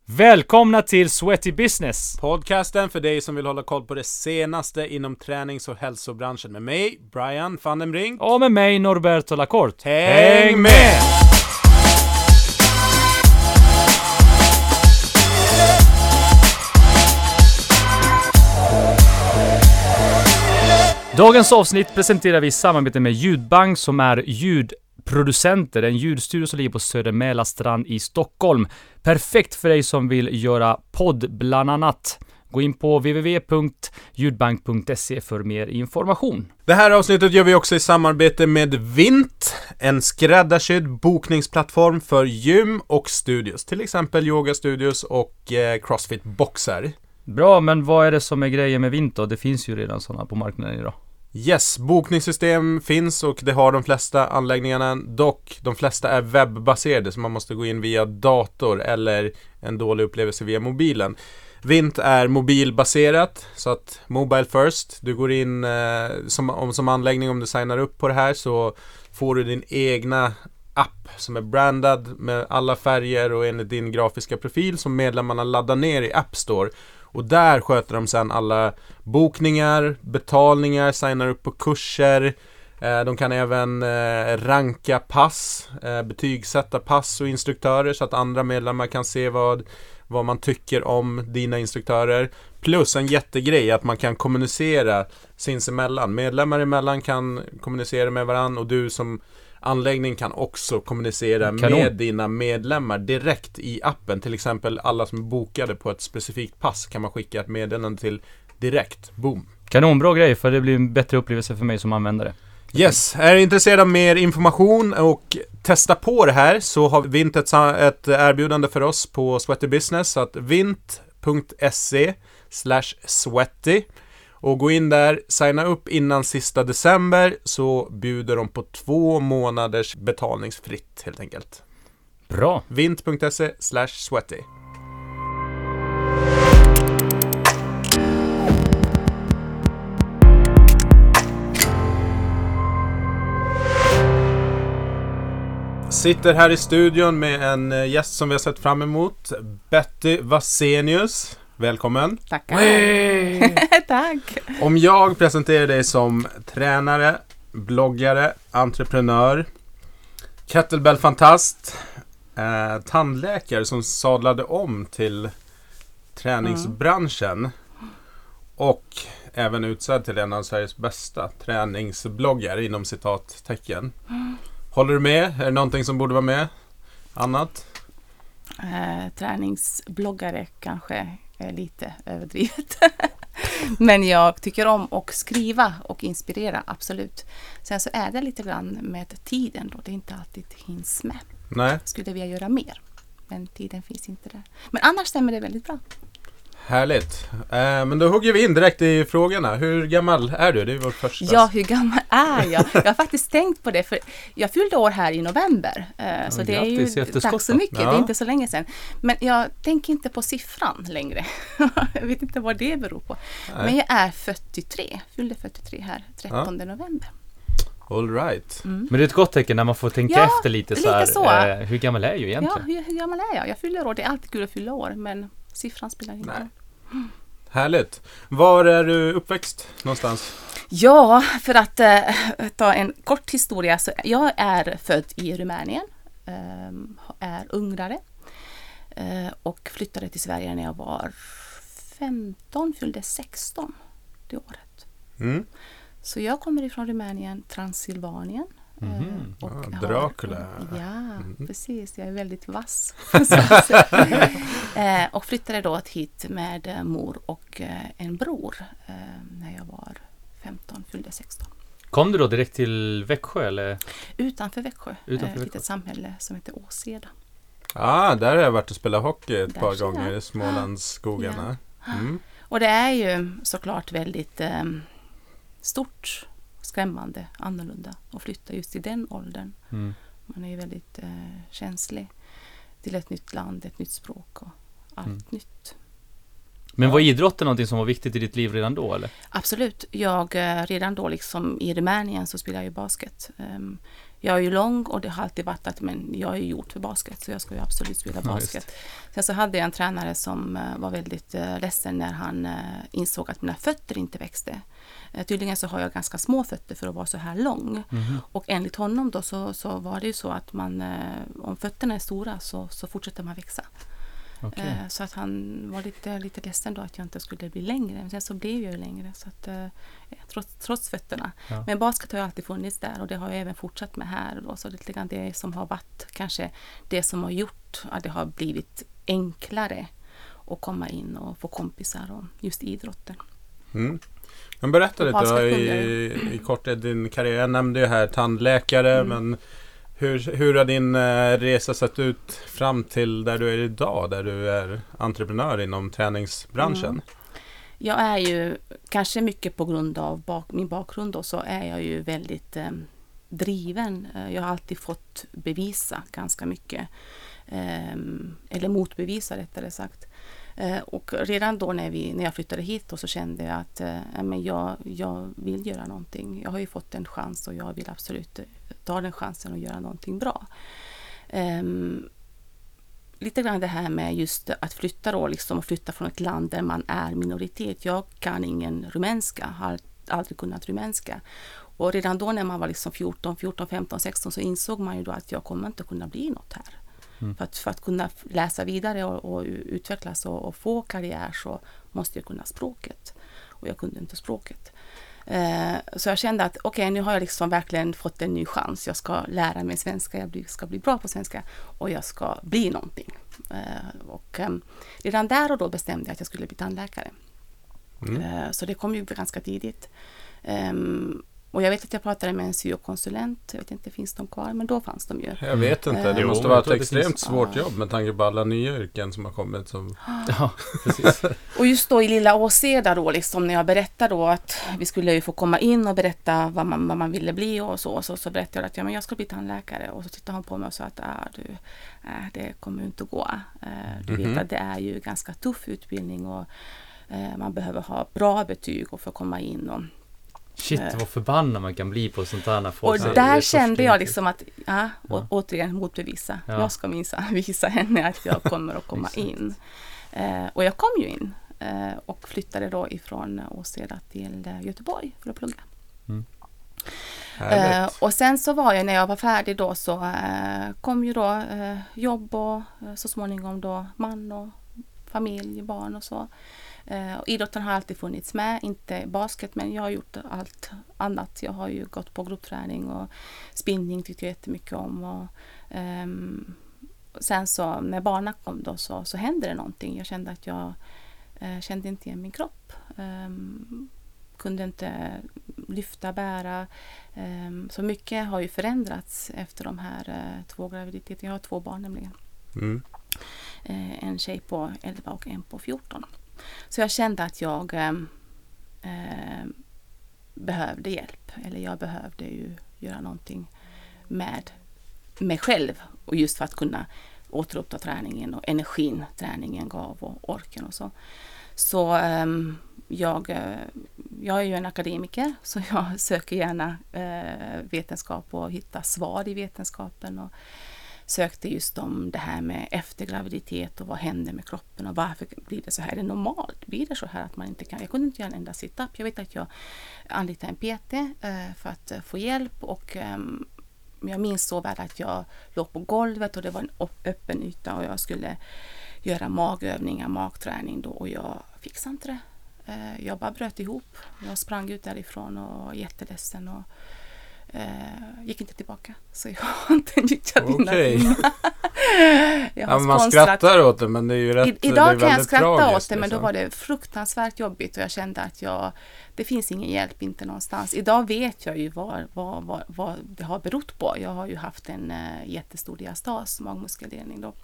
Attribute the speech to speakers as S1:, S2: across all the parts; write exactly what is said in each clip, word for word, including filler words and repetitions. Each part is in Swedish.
S1: Välkomna till Sweaty Business!
S2: Podcasten för dig som vill hålla koll på det senaste inom tränings- och hälsobranschen med mig, Brian van den Brink.
S1: Och med mig, Norberto Lacorte.
S2: Häng med!
S1: Dagens avsnitt presenterar vi i samarbete med Ljudbank som är ljudproducenter. En ljudstudio som ligger på Söder Mälarstrand i Stockholm. Perfekt för dig som vill göra podd bland annat. Gå in på w w w punkt ljudbank punkt se för mer information.
S2: Det här avsnittet gör vi också i samarbete med Vint, en skräddarsydd bokningsplattform för gym och studios. Till exempel yogastudios och eh, crossfit-boxar.
S1: Bra, men vad är det som är grejen med Vint då? Det finns ju redan sådana på marknaden idag.
S2: Yes, bokningssystem finns och det har de flesta anläggningarna. Dock, de flesta är webbaserade så man måste gå in via dator eller en dålig upplevelse via mobilen. Vint är mobilbaserat, så att mobile first. Du går in eh, som, om, som anläggning, om du signar upp på det här så får du din egna app som är brandad med alla färger och enligt din grafiska profil som medlemmarna laddar ner i App Store. Och där sköter de sedan alla bokningar, betalningar, signar upp på kurser. Eh, de kan även eh, ranka pass, eh, betygsätta pass och instruktörer så att andra medlemmar kan se vad, vad man tycker om dina instruktörer. Plus en jättegrej att man kan kommunicera sinsemellan. Medlemmar emellan kan kommunicera med varandra och du som anläggning kan också kommunicera Kanon. med dina medlemmar direkt i appen. Till exempel alla som är bokade på ett specifikt pass kan man skicka ett meddelande till direkt. Boom.
S1: Kanonbra grej, för det blir en bättre upplevelse för mig som användare.
S2: Yes, är du intresserad av mer information och testa på det här så har Vint ett, ett erbjudande för oss på Sweaty Business. Så att vint punkt se slash sweaty. Och gå in där, signa upp innan sista december så bjuder de på två månaders betalningsfritt helt enkelt.
S1: Bra.
S2: vint punkt se slash sweaty. Sitter här i studion med en gäst som vi har sett fram emot, Betty Vassenius. Välkommen.
S3: Tackar. Tack.
S2: Om jag presenterar dig som tränare, bloggare, entreprenör, kettlebell-fantast, eh, tandläkare som sadlade om till träningsbranschen mm. och även utsedd till en av Sveriges bästa träningsbloggare inom citattecken. Mm. Håller du med? Är det någonting som borde vara med? Annat?
S3: Eh, träningsbloggare kanske är lite överdrivet. Men jag tycker om att skriva och inspirera, absolut. Sen så är det lite grann med tiden då. Det är inte alltid hinns med.
S2: Nej.
S3: Skulle vi göra mer. Men tiden finns inte där. Men annars stämmer det väldigt bra.
S2: Härligt. Eh, men då hugger vi in direkt i frågorna. Hur gammal är du? Det är vår första.
S3: Ja, hur gammal är jag? Jag har faktiskt tänkt på det. För jag fyllde år här i november. Eh, så
S1: ja,
S3: det är ju, tack så mycket. Ja. Det är inte så länge sedan. Men jag tänker inte på siffran längre. Jag vet inte vad det beror på. Nej. Men jag är fyrtiotre. Fyllde fyrtiotre här trettonde ja. november.
S2: All right.
S1: Mm. Men det är ett gott tecken när man får tänka ja, efter lite så här. Så. Eh, hur gammal är jag egentligen?
S3: Ja, hur, hur gammal är jag? Jag fyller år. Det är alltid kul att fylla år. Men siffran spelar ingen roll.
S2: Mm. Härligt. Var är du uppväxt någonstans?
S3: Ja, för att eh, ta en kort historia. Så jag är född i Rumänien. Eh, är ungrare. Eh, och flyttade till Sverige när jag var femton. Fyllde sexton det året. Mm. Så jag kommer ifrån Rumänien, Transylvanien.
S2: Mm-hmm. Och ah, Dracula.
S3: Har, ja, mm. precis. Jag är väldigt vass. eh, och flyttade då hit med mor och eh, en bror eh, när jag var femton, fyllde sexton.
S1: Kom du då direkt till Växjö? Eller?
S3: Utanför Växjö.
S1: Utanför
S3: eh, ett
S1: Växjö.
S3: litet samhälle som heter Åseda.
S2: Ja, ah, där har jag varit och spelat hockey ett där par gånger i Smålandsskogarna.
S3: Ja.
S2: Mm.
S3: Och det är ju såklart väldigt eh, stort, skrämmande, annorlunda att flytta just i den åldern. Mm. Man är ju väldigt eh, känslig till ett nytt land, ett nytt språk och allt mm. nytt.
S1: Men var idrotten någonting som var viktigt i ditt liv redan då, eller?
S3: Absolut. Jag, eh, redan då liksom i Rumänien så spelade jag ju basket. Um, jag är ju lång och det har alltid varit att men jag är gjort för basket så jag ska ju absolut spela
S1: Ja,
S3: basket. Sen så hade jag en tränare som uh, var väldigt uh, ledsen när han uh, insåg att mina fötter inte växte. Uh, tydligen så har jag ganska små fötter för att vara så här lång.
S1: Mhm.
S3: Och enligt honom då så, så var det ju så att man, uh, om fötterna är stora så, så fortsätter man växa.
S1: Okej.
S3: Uh, så att han var lite, lite ledsen då att jag inte skulle bli längre. Men sen så blev jag ju längre så att, uh, trots, trots fötterna.
S1: Ja.
S3: Men basket har ju alltid funnits där och det har jag även fortsatt med här. Då, så det är lite grann det som har varit kanske det som har gjort att det har blivit enklare att komma in och få kompisar och just idrotten.
S2: Mm. Men berätta lite
S3: Basket
S2: då,
S3: kunde
S2: i, i korthet din karriär. Jag nämnde ju här tandläkare,
S3: Mm.
S2: men hur, hur har din eh, resa sett ut fram till där du är idag, där du är entreprenör inom träningsbranschen?
S3: Mm. Jag är ju, kanske mycket på grund av bak, min bakgrund då, så är jag ju väldigt eh, driven. Eh, Jag har alltid fått bevisa ganska mycket. Eh, eller motbevisa rättare sagt. Eh, och redan då när, vi, när jag flyttade hit då, så kände jag att eh, men jag, jag vill göra någonting. Jag har ju fått en chans och jag vill absolut ta den chansen och göra någonting bra. Eh, lite grann det här med just att flytta då, liksom, och flytta från ett land där man är minoritet. Jag kan ingen rumänska, har aldrig kunnat rumänska. Och redan då när man var liksom fjorton, femton, sexton så insåg man ju då att jag kommer inte kunna bli något här. Mm. För, att, för att kunna läsa vidare och, och utvecklas och, och få karriär så måste jag kunna språket. Och jag kunde inte språket. Eh, så jag kände att okej, okay, nu har jag liksom verkligen fått en ny chans. Jag ska lära mig svenska, jag bli, ska bli bra på svenska och jag ska bli någonting. Eh, och eh, redan där och då bestämde jag att jag skulle bli tandläkare. Mm. Eh, så det kom ju ganska tidigt. Eh, Och jag vet att jag pratade med en syokonsulent. Jag vet inte, finns de kvar? Men då fanns de ju.
S2: Jag vet inte. Det
S1: Jo,
S2: måste vara
S1: jag
S2: ett
S1: tror det
S2: extremt
S1: finns-
S2: svårt
S3: Ja.
S2: jobb med tanke på alla nya yrken som har kommit. Som...
S1: Ja, precis.
S3: Och just då i lilla Åseda då, liksom, när jag berättade då att vi skulle ju få komma in och berätta vad man, vad man ville bli och så. Så, så berättade jag att ja, men jag ska bli tandläkare. Och så tittade han på mig och sa att ah, du, äh, det kommer ju inte att gå. Uh, du
S2: Mhm.
S3: vet att det är ju ganska tuff utbildning och uh, man behöver ha bra betyg och få komma in och
S1: Shit, vad förbannad man kan bli på sånt här när folk
S3: Och
S1: säger det
S3: där
S1: är
S3: kände
S1: första
S3: jag
S1: intryck.
S3: liksom att, ja, å,
S1: Ja.
S3: återigen motbevisa.
S1: Ja.
S3: Jag ska minsann visa henne att jag kommer att komma
S1: Exakt.
S3: in. Eh, och jag kom ju in eh, och flyttade då ifrån Åseda till eh, Göteborg för att plugga. Eh,
S2: Härligt.
S3: och sen så var jag, när jag var färdig då, så eh, kom ju då eh, jobb och eh, så småningom då man och familj, barn och så. Eh, och idrotten har alltid funnits med, inte basket, men jag har gjort allt annat. Jag har ju gått på gruppträning och spinning tyckte jag jättemycket om. Och, ehm, sen så när barnen kom då så, så hände det någonting. Jag kände att jag eh, kände inte igen min kropp. Ehm, kunde inte lyfta, bära. Ehm, så mycket har ju förändrats efter de här eh, två graviditeterna. Jag har två barn nämligen.
S2: Mm.
S3: Eh, en tjej på elva och en på fjorton. Så jag kände att jag eh, eh, behövde hjälp. Eller jag behövde ju göra någonting med mig själv. Och just för att kunna återuppta träningen och energin träningen gav och orken och så. Så eh, jag, eh, jag är ju en akademiker så jag söker gärna eh, vetenskap och hitta svar i vetenskapen. Och sökte just om det här med efter graviditet och vad händer med kroppen och varför blir det så här? Är det normalt? Blir det så här att man inte kan? Jag kunde inte göra en enda sit-up. Jag vet att jag anlitade en P T eh, för att eh, få hjälp och eh, jag minns så väl att jag låg på golvet och det var en öppen yta och jag skulle göra magövningar, magträning då och jag fixade inte det. Eh, jag bara bröt ihop. Jag sprang ut därifrån och var jätteledsen och Uh, gick inte tillbaka. Så jag har inte nyttjat dina
S2: Okej.
S3: timmar. Jag
S2: Ja,
S3: har
S2: men man
S3: sponsrat-
S2: skrattar åt det, men det är ju rätt.
S3: I,
S2: det är
S3: idag kan jag
S2: väldigt
S3: skratta
S2: tragiskt,
S3: åt det, men då
S2: liksom.
S3: var det fruktansvärt jobbigt och jag kände att jag, det finns ingen hjälp inte någonstans. Idag vet jag ju vad, vad, vad, vad det har berott på. Jag har ju haft en uh, jättestor diastas, magmuskeldelning då.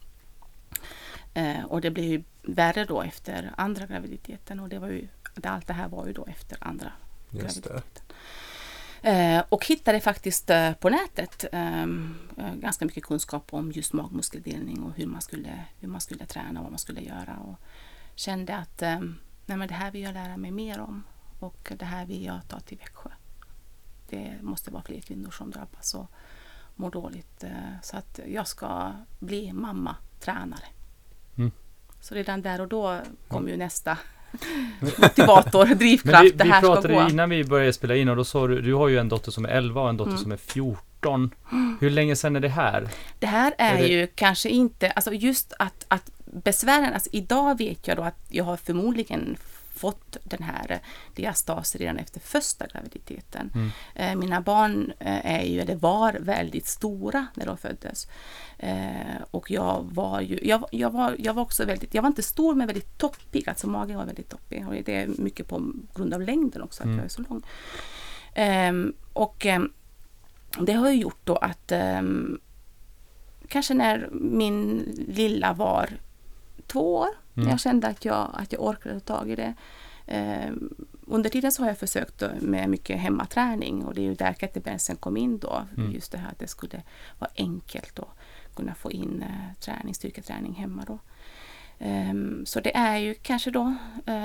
S3: Uh, och det blev ju värre då efter andra graviditeten och det var ju, det, allt det här var ju då efter andra
S2: Just det.
S3: graviditeten. Eh, och hittade faktiskt eh, på nätet eh, ganska mycket kunskap om just magmuskeldelning och hur man skulle, hur man skulle träna och vad man skulle göra. Och kände att eh, nej, men det här vill jag lära mig mer om och det här vill jag ta till Växjö. Det måste vara fler kvinnor som drabbas och, mår dåligt. Eh, så att jag ska bli mamma-tränare.
S1: Mm.
S3: Så redan där och då kom ju nästa motivator, drivkraft.
S1: Men vi,
S3: det
S1: vi
S3: här
S1: pratade
S3: ska gå.
S1: innan vi började spela in och då sa du, du har ju en dotter som är elva och en dotter
S3: Mm.
S1: som är fjorton. Hur länge sedan är det här?
S3: Det här är,
S1: Är det-
S3: ju kanske inte, alltså just att, att besvären, alltså idag vet jag då att jag har förmodligen fått den här diastasen redan efter första graviditeten.
S1: Mm.
S3: Eh, mina barn eh, är ju, eller var väldigt stora när de föddes. Eh, och jag var ju, jag, jag, var, jag var också väldigt, jag var inte stor men väldigt toppig, alltså magen var väldigt toppig. Och det är mycket på grund av längden också, att
S1: Mm.
S3: jag är så lång. Eh, och eh, det har ju gjort då att eh, kanske när min lilla var två år,
S1: Mm.
S3: när jag kände att jag, att jag orkade ta tag i det. Eh, under tiden så har jag försökt då med mycket hemmaträning och det är ju där kettlebellsen kom in då.
S1: Mm.
S3: Just det här att det skulle vara enkelt att kunna få in eh, träning, styrketräning hemma då. Eh, så det är ju kanske då eh,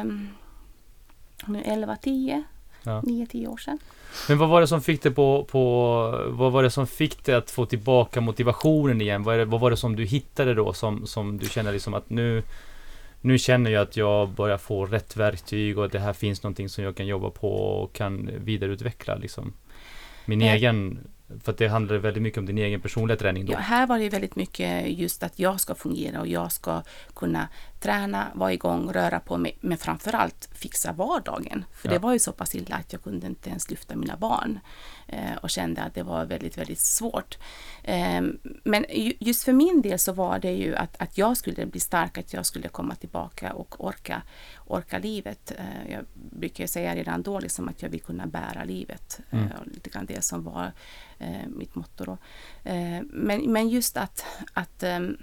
S3: nu elva, tio,
S1: Ja.
S3: nio, tio år sedan.
S1: Men vad var det som fick det på, på vad var det som fick det att få tillbaka motivationen igen? Vad, är det, vad var det som du hittade då som, som du känner liksom att nu nu känner jag att jag börjar få rätt verktyg och att det här finns någonting som jag kan jobba på och kan vidareutveckla liksom min
S3: Eh.
S1: egen, för att det handlar väldigt mycket om din egen personliga träning då.
S3: Ja, här var det väldigt mycket just att jag ska fungera och jag ska kunna träna, vara igång, röra på mig, men framförallt fixa vardagen. För
S1: Ja.
S3: det var ju så pass illa att jag kunde inte ens lyfta mina barn eh, och kände att det var väldigt, väldigt svårt. Eh, men ju, just för min del så var det ju att, att jag skulle bli stark, att jag skulle komma tillbaka och orka, orka livet. Eh, jag brukar säga redan då liksom att jag vill kunna bära livet.
S1: Mm.
S3: Eh, och lite grann det som var eh, mitt motto då. Eh, men, men just att, att um,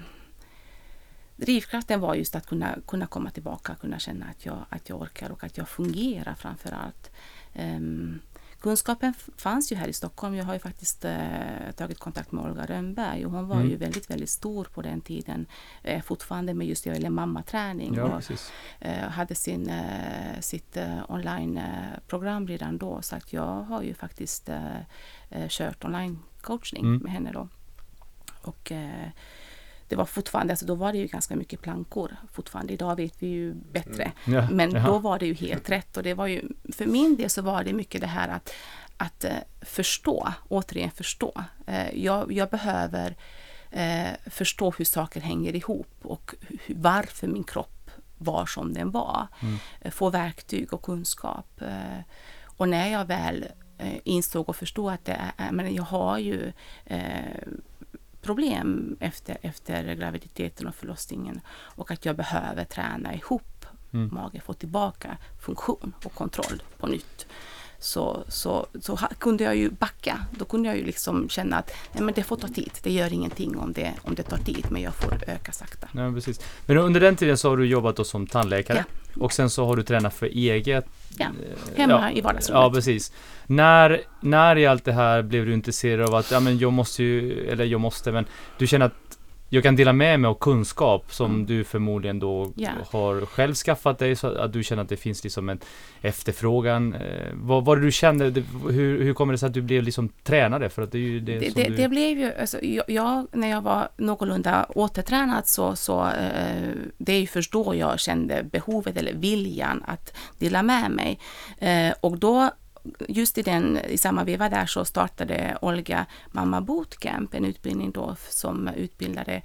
S3: drivkraften var just att kunna, kunna komma tillbaka, kunna känna att jag, att jag orkar och att jag fungerar framför allt. Um, kunskapen f- fanns ju här i Stockholm. Jag har ju faktiskt uh, tagit kontakt med Olga Rönnberg och hon var
S1: Mm.
S3: ju väldigt, väldigt stor på den tiden. Uh, fortfarande med just det eller mammaträning.
S1: Ja,
S3: och,
S1: precis.
S3: uh, hade sin, uh, sitt uh, online-program redan då. Så att jag har ju faktiskt uh, uh, kört online-coachning
S1: Mm.
S3: med henne då. Och uh, det var fortfarande, alltså då var det ju ganska mycket plankor fortfarande. Idag vet vi ju bättre.
S1: Ja,
S3: Men
S1: jaha.
S3: då var det ju helt rätt. Och det var ju, för min del så var det mycket det här att, att eh, förstå, återigen förstå. Eh, jag, jag behöver eh, förstå hur saker hänger ihop och hur, varför min kropp var som den var.
S1: Mm.
S3: Eh, få verktyg och kunskap. Eh, och när jag väl eh, insåg och förstod att det är, men jag har ju eh, problem efter, efter graviditeten och förlossningen och att jag behöver träna ihop
S1: Mm.
S3: magen, få tillbaka funktion och kontroll på nytt. Så, så, så ha, kunde jag ju backa. Då kunde jag ju liksom känna att nej, men det får ta tid. Det gör ingenting om det, om det tar tid, men jag får öka sakta.
S1: Ja, precis. Men under den tiden så har du jobbat då som tandläkare
S3: Ja.
S1: och sen så har du tränat för eget.
S3: Ja,
S1: eh,
S3: hemma
S1: ja,
S3: i vardagsrummet.
S1: Ja, precis. När, när i allt det här blev du intresserad av att ja, men jag måste ju, eller jag måste, men du känner att jag kan dela med mig av kunskap som
S3: Mm.
S1: du förmodligen då
S3: Ja.
S1: har själv skaffat dig så att du känner att det finns liksom en efterfrågan. Eh, vad var det du kände? Det, hur, hur kommer det sig att du blev liksom tränare? För att det är ju det,
S3: Det,
S1: som
S3: det,
S1: du...
S3: det blev ju, alltså, jag, jag, när jag var någorlunda återtränad så, så eh, det är ju först då jag kände behovet eller viljan att dela med mig. Eh, och då, just i, den, i samma veva där så startade Olga Mamma Bootcamp, en utbildning då som utbildade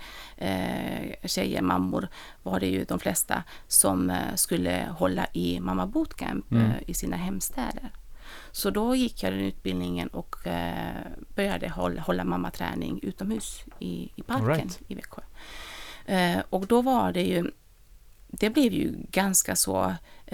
S3: eh, tjejer, mammor var det ju de flesta som eh, skulle hålla i Mamma Bootcamp
S1: Mm.
S3: eh, i sina hemstäder. Så då gick jag den utbildningen och eh, började hålla, hålla mammaträning utomhus i, i parken
S1: Right.
S3: i Växjö. Eh, och då var det ju, det blev ju ganska så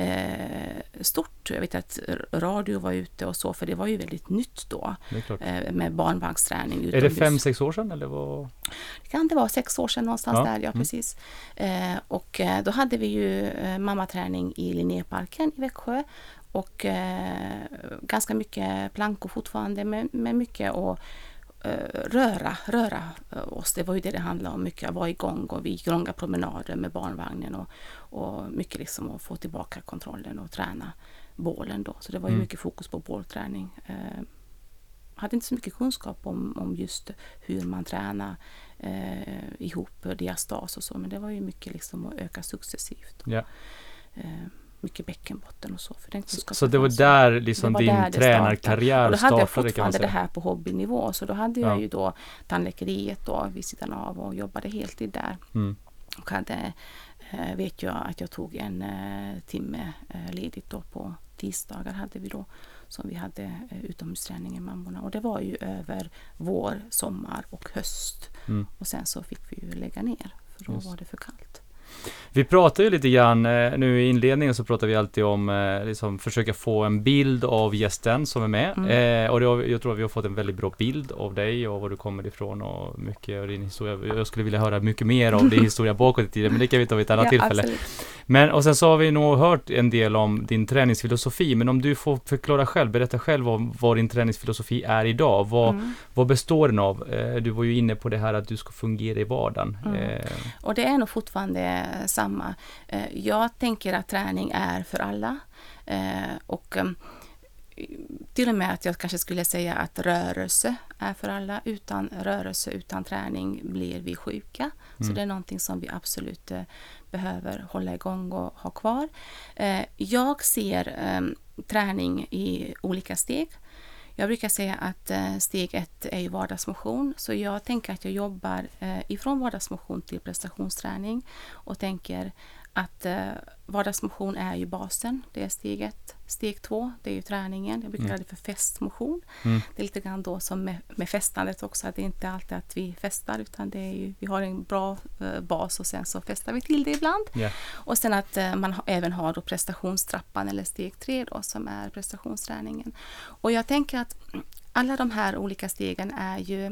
S3: eh, stort. Jag vet att radio var ute och så, för det var ju väldigt nytt då
S1: Det är klart.
S3: eh, med barnvagnsträning
S1: Är
S3: utomhus.
S1: det fem, sex år sedan eller vad?
S3: Det kan det vara sex år sedan någonstans
S1: Ja.
S3: där, ja
S1: Mm.
S3: precis. Eh, och eh, då hade vi ju eh, mammaträning i Linnéparken i Växjö och eh, ganska mycket plankor fortfarande med, med mycket att eh, röra, röra eh, oss. Det var ju det det handlade om, mycket att vara igång och vi gick långa promenader med barnvagnen och, och mycket liksom att få tillbaka kontrollen och träna bålen då. Så det var ju
S1: Mm.
S3: mycket fokus på bålträning. Eh, hade inte så mycket kunskap om, om just hur man tränar eh, ihop diastas och så. Men det var ju mycket liksom att öka successivt.
S1: Ja.
S3: Eh, mycket bäckenbotten och så. För den
S1: så, så det var där liksom din
S3: där
S1: tränarkarriär startade.
S3: Och då hade jag
S1: kan man
S3: fortfarande
S1: säga.
S3: det här på hobbynivå. Så då hade jag
S1: Ja.
S3: ju då tandläkeriet då vid sidan av och jobbade heltid där.
S1: Mm.
S3: Och hade, eh, vet jag att jag tog en eh, timme eh, ledigt då på tisdagar hade vi då. Som vi hade eh, utomhusträning i mammorna. Och det var ju över vår, sommar och höst.
S1: Mm.
S3: Och sen så fick vi ju lägga ner. För då
S1: Just.
S3: var det för kallt.
S1: Vi pratar ju lite grann, eh, nu i inledningen så pratar vi alltid om eh, liksom försöka få en bild av gästen som är med.
S3: Mm.
S1: Eh, och det har, jag tror att vi har fått en väldigt bra bild av dig och var du kommer ifrån och mycket av din historia. Jag skulle vilja höra mycket mer av din historia bakåt i tiden, men det kan vi ta vid ett annat
S3: Ja,
S1: tillfälle.
S3: absolut.
S1: Men och sen så har vi nog hört en del om din träningsfilosofi, men om du får förklara själv, berätta själv om vad din träningsfilosofi är idag. Vad,
S3: Mm.
S1: vad består den av? Eh, du var ju inne på det här att du ska fungera i vardagen.
S3: Mm.
S1: Eh,
S3: Och det är nog fortfarande samma. Eh, Jag tänker att träning är för alla. Eh, Och eh, till och med att jag kanske skulle säga att rörelse är för alla. Utan rörelse, utan träning blir vi sjuka. Så
S1: Mm.
S3: det är någonting som vi absolut eh, behöver hålla igång och ha kvar. Eh, Jag ser eh, träning i olika steg. Jag brukar säga att eh, steg ett är ju vardagsmotion. Så jag tänker att jag jobbar eh, ifrån vardagsmotion till prestationsträning. Och tänker att eh, vardagsmotion är ju basen. Det är steg ett. Steg två, det är ju träningen. Jag brukar
S1: Mm.
S3: kalla det för festmotion.
S1: Mm.
S3: Det är lite grann då som med, med festandet också. Att det är inte alltid att vi festar utan det är ju, vi har en bra eh, bas och sen så festar vi till det ibland.
S1: yeah.
S3: Och sen att eh, man ha, även har då prestationstrappan eller steg tre då som är prestationsträningen. Och jag tänker att alla de här olika stegen är ju,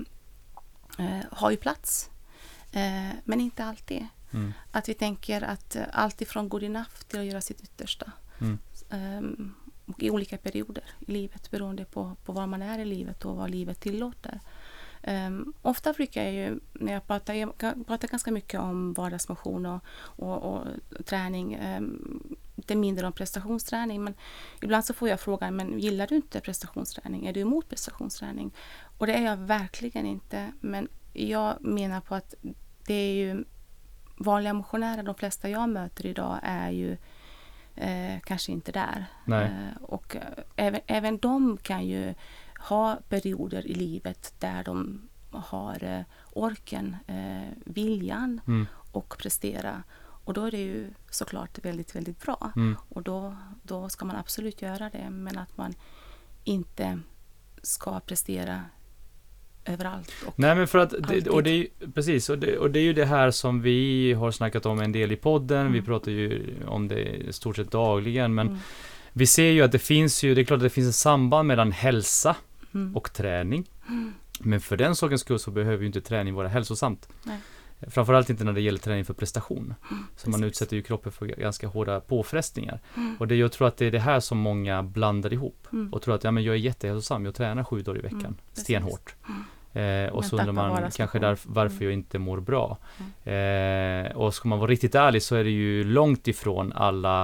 S3: eh, har ju plats. Eh, men inte alltid.
S1: Mm.
S3: Att vi tänker att eh, allt ifrån good enough till att göra sitt yttersta.
S1: Mm.
S3: Um, och i olika perioder i livet beroende på, på var man är i livet och vad livet tillåter. Um, ofta brukar jag ju, när jag pratar, jag pratar ganska mycket om vardagsmotion och, och, och träning, um, det är mindre om prestationsträning, men ibland så får jag frågan, men gillar du inte prestationsträning? Är du emot prestationsträning? Och det är jag verkligen inte, men jag menar på att det är ju vanliga motionärer, de flesta jag möter idag är ju Eh, kanske inte där. Eh, och eh, även, även de kan ju ha perioder i livet där de har eh, orken, eh, viljan
S1: Mm.
S3: och prestera. Och då är det ju såklart väldigt, väldigt bra.
S1: Mm.
S3: Och då, då ska man absolut göra det, men att man inte ska prestera överallt. Och
S1: Nej, men för att, det, och det är ju, precis, och det, och det är ju det här som vi har snackat om en del i podden,
S3: Mm.
S1: vi pratar ju om det i stort sett dagligen, men
S3: Mm.
S1: vi ser ju att det finns ju, det är klart att det finns ett samband mellan hälsa
S3: Mm.
S1: och träning,
S3: Mm.
S1: men för den sakens skull så behöver ju inte träning vara hälsosamt.
S3: Nej.
S1: Framförallt inte när det gäller träning för prestation.
S3: Mm,
S1: Så man
S3: precis.
S1: utsätter ju kroppen för ganska hårda påfrestningar.
S3: Mm.
S1: Och det, jag tror att det är det här som många blandar ihop.
S3: Mm.
S1: Och tror att ja, men jag är jättehälsosam, jag tränar sju dagar i veckan.
S3: Mm, precis.
S1: stenhårt.
S3: Mm.
S1: Eh, och
S3: Men
S1: så undrar
S3: tappar
S1: man
S3: vardagsmotion.
S1: kanske där, varför
S3: Mm.
S1: jag inte mår bra. Eh, och ska man vara riktigt ärlig så är det ju långt ifrån alla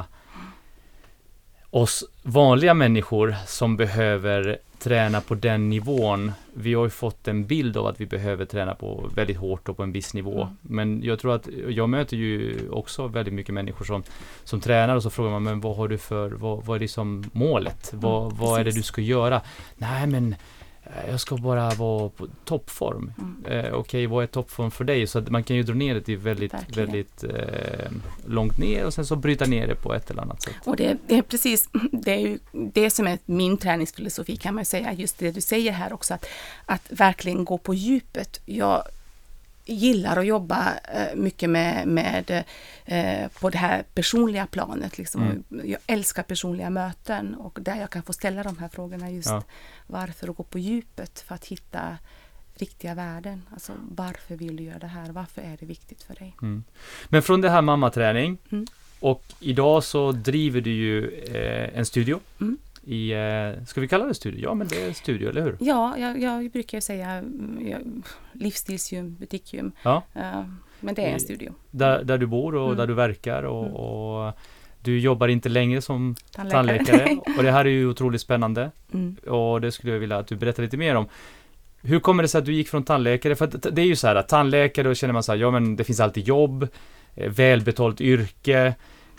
S1: oss vanliga människor som behöver träna på den nivån. Vi har ju fått en bild av att vi behöver träna på väldigt hårt och på en viss nivå.
S3: Mm.
S1: Men jag tror att jag möter ju också väldigt mycket människor som, som tränar och så frågar man, men vad har du för, vad, vad är det som målet? Vad,
S3: Mm,
S1: vad är det
S3: precis.
S1: du ska göra? Nej, men eh, jag ska bara vara på toppform.
S3: Mm.
S1: Eh, Okej, vad är toppform för dig? Så att man kan ju dra ner det till väldigt,
S3: Verkligen.
S1: väldigt eh, långt ner och sen så bryta ner det på ett eller annat sätt.
S3: Och det, det är precis det, är ju det som är min träningsfilosofi, kan man säga, just det du säger här också, att, att verkligen gå på djupet. Jag gillar att jobba eh, mycket med, med eh, på det här personliga planet. Liksom.
S1: Mm.
S3: Jag älskar personliga möten och där jag kan få ställa de här frågorna just
S1: Ja.
S3: varför, och gå på djupet för att hitta riktiga värden. Alltså varför vill du göra det här? Varför är det viktigt för dig?
S1: Mm. Men från det här mammaträning
S3: Mm.
S1: och idag så driver du ju eh, en studio
S3: Mm.
S1: i, eh, ska vi kalla det studio? Ja, men det är studio, eller hur?
S3: Ja, jag, jag brukar ju säga mm, jag, livsstilsgym, butikgym.
S1: Ja.
S3: Uh, men det är
S1: I-
S3: en studio.
S1: Där, där du bor och
S3: Mm.
S1: där du verkar och,
S3: Mm.
S1: och du jobbar inte längre som
S3: Tandläkare.
S1: tandläkare. Och det här är ju otroligt spännande.
S3: Mm.
S1: Och det skulle jag vilja att du berättar lite mer om. Hur kommer det sig att du gick från tandläkare? För att det är ju så här att tandläkare, då känner man så här, ja men det finns alltid jobb, eh, välbetalt yrke.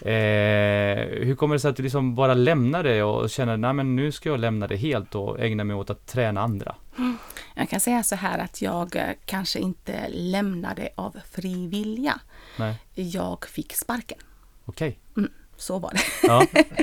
S1: Eh, hur kommer det sig att du liksom bara lämnar det och känner, nej men nu ska jag lämna det helt och ägna mig åt att träna andra?
S3: Mm. Jag kan säga så här att jag eh, kanske inte lämnade av fri vilja.
S1: Nej.
S3: Jag fick sparken.
S1: Okej.
S3: Mm, så var det.
S1: Ja.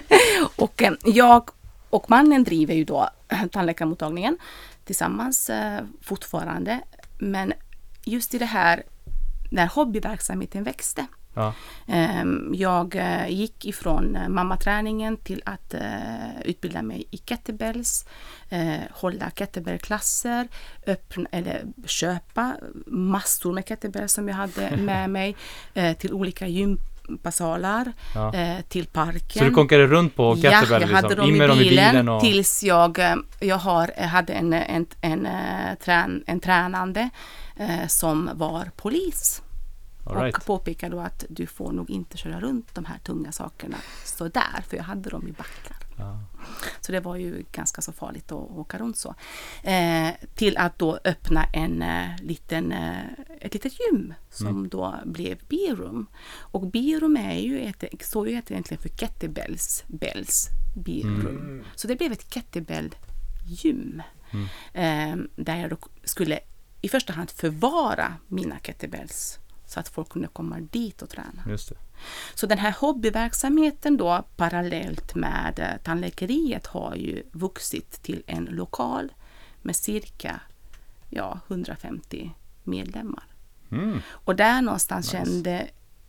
S3: och eh, jag och mannen driver ju då tandläkarmottagningen tillsammans eh, fortfarande. Men just i det här, när hobbyverksamheten växte.
S1: Ja.
S3: Eh, jag eh, gick ifrån eh, mammaträningen till att eh, utbilda mig i kettlebells, eh, hålla kettlebellklasser, öppna, eller köpa massor med kettlebells som jag hade med mig eh, till olika gympasalar,
S1: Ja.
S3: eh, till parken.
S1: Så du konkade runt på kettlebell?
S3: Ja, jag hade
S1: liksom.
S3: dem
S1: In
S3: i
S1: med dem
S3: bilen,
S1: i bilen och...
S3: tills jag, eh, jag har, jag hade en, en, en, en, trän, en tränande eh, som var polis.
S1: All right.
S3: Och påpekade då att du får nog inte köra runt de här tunga sakerna så där, för jag hade dem i backar.
S1: Ja.
S3: Så det var ju ganska så farligt att åka runt så. Eh, till att då öppna en eh, liten, eh, ett litet gym som
S1: Mm.
S3: då blev B-room. Och B-room är ju ett, står ju egentligen för kettlebells, bells, B-room.
S2: Mm.
S3: Så det blev ett kettlebell-gym.
S1: Mm.
S3: Eh, där jag då skulle i första hand förvara mina kettlebells så att folk kunde komma dit och träna.
S1: Just det.
S3: Så den här hobbyverksamheten då parallellt med eh, tandläkeriet har ju vuxit till en lokal med cirka ja, hundrafemtio medlemmar.
S1: Mm.
S3: Och där någonstans
S1: Nice.
S3: kände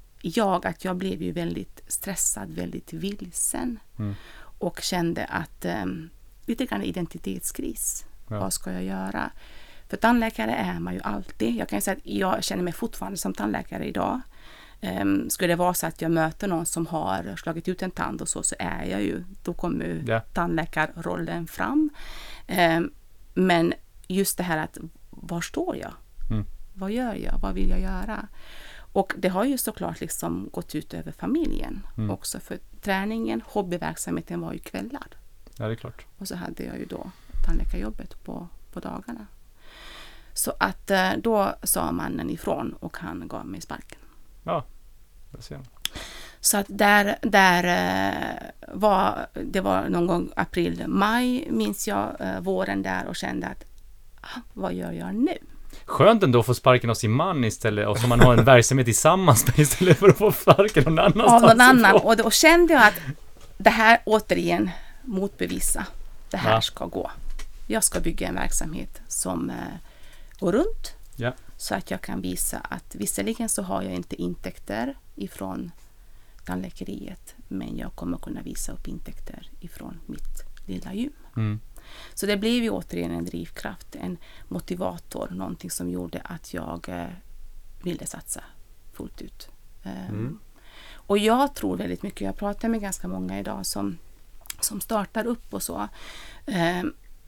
S3: jag att jag blev ju väldigt stressad, väldigt vilsen.
S1: Mm.
S3: Och kände att eh, lite grann identitetskris.
S1: Ja.
S3: Vad ska jag göra? För tandläkare är man ju alltid. Jag kan ju säga att jag känner mig fortfarande som tandläkare idag. Um, skulle det vara så att jag möter någon som har slagit ut en tand och så, så är jag ju, då kommer ju
S1: Ja.
S3: tandläkarrollen fram. Um, men just det här att, var står jag?
S1: Mm.
S3: Vad gör jag? Vad vill jag göra? Och det har ju såklart liksom gått ut över familjen
S1: Mm.
S3: också. För träningen, hobbyverksamheten var ju kvällar.
S1: Ja, det är klart.
S3: Och så hade jag ju då tandläkarjobbet på, på dagarna. Så att eh, då sa mannen ifrån och han gav mig sparken.
S1: Ja, det ser jag.
S3: Så att där, där eh, var, det var någon gång april, maj minns jag, eh, våren där och kände att ah, vad gör jag nu?
S1: Skönt ändå att få sparken av sin man istället, och så man har en verksamhet tillsammans med istället för att få sparken någon annanstans.
S3: Av någon annan.
S1: ifrån.
S3: Och då kände jag att det här återigen motbevisa. Det här
S1: Ja.
S3: ska gå. Jag ska bygga en verksamhet som eh, går runt.
S1: Ja.
S3: Så att jag kan visa att visserligen så har jag inte intäkter ifrån tandläkeriet, men jag kommer kunna visa upp intäkter ifrån mitt lilla gym.
S1: Mm.
S3: Så det blev ju återigen en drivkraft, en motivator, någonting som gjorde att jag eh, ville satsa fullt ut. Eh,
S2: Mm.
S3: Och jag tror väldigt mycket, jag pratar med ganska många idag som, som startar upp och så, eh,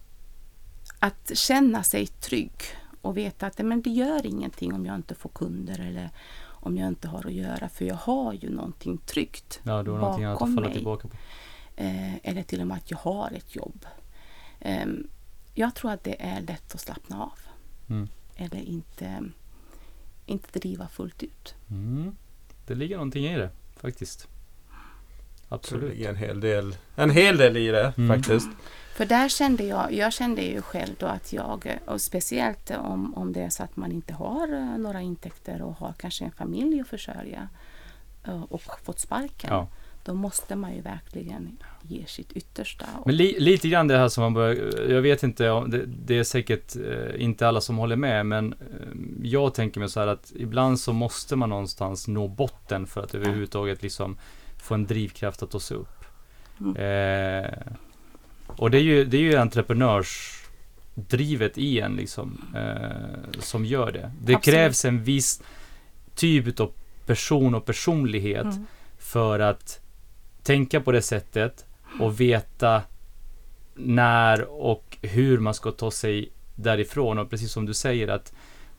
S3: att känna sig trygg och veta att men det gör ingenting om jag inte får kunder eller om jag inte har att göra, för jag har ju någonting tryggt
S1: Ja, du har någonting annat
S3: bakom
S1: att falla
S3: mig.
S1: tillbaka på.
S3: Eh, eller till och med att jag har ett jobb. Eh, jag tror att det är lätt att slappna av.
S1: Mm.
S3: Eller inte, inte driva fullt ut.
S1: Mm. Det ligger någonting i det, faktiskt.
S2: Så det
S1: Absolut.
S2: ligger en hel del, en hel del i det
S1: Mm.
S2: faktiskt.
S3: För där kände jag, jag kände ju själv då att jag, och speciellt om, om det är så att man inte har eh, några intäkter och har kanske en familj att försörja eh, och fått sparken,
S1: Ja.
S3: då måste man ju verkligen ge sitt yttersta. Och,
S1: Men li, lite grann det här som man börjar, jag vet inte, om det, det är säkert eh, inte alla som håller med, men eh, jag tänker mig så här att ibland så måste man någonstans nå botten för att överhuvudtaget liksom få en drivkraft att ta sig upp.
S3: Mm.
S1: Eh, och det är ju, det är ju entreprenörsdrivet i en liksom, eh, som gör det. Det
S3: Absolut.
S1: krävs en viss typ av person och personlighet
S3: Mm.
S1: för att tänka på det sättet och veta när och hur man ska ta sig därifrån. Och precis som du säger, att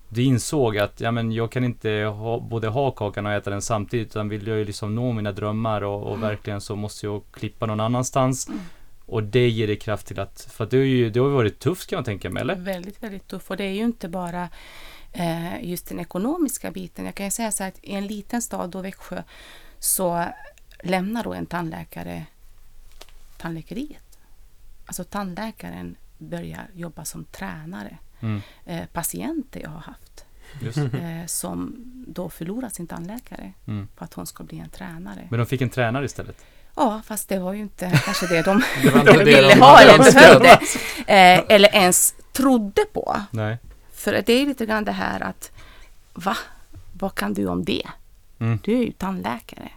S1: du insåg att ja, men jag kan inte ha, både ha kakan och äta den samtidigt, utan vill jag ju liksom nå mina drömmar och, och mm. verkligen så måste jag klippa någon annanstans. Mm. Och det ger dig kraft till att, för att det, är ju, det har ju varit tufft kan jag tänka mig, eller?
S3: Väldigt, väldigt tufft. Och det är ju inte bara eh, just den ekonomiska biten. Jag kan ju säga så här att i en liten stad då Växjö så lämnar då en tandläkare tandläkeriet. Alltså tandläkaren börjar jobba som tränare. Mm. Eh, patienter jag har haft eh, som då förlorar sin tandläkare mm. för att hon ska bli en tränare.
S1: Men de fick en tränare istället?
S3: Ja, fast det var ju inte kanske det de
S2: det var inte
S3: ville
S2: de
S3: ha eller behövde eh, eller ens trodde på.
S1: Nej.
S3: För det är lite grann det här att va? Vad kan du om det? Mm. Du är ju tandläkare.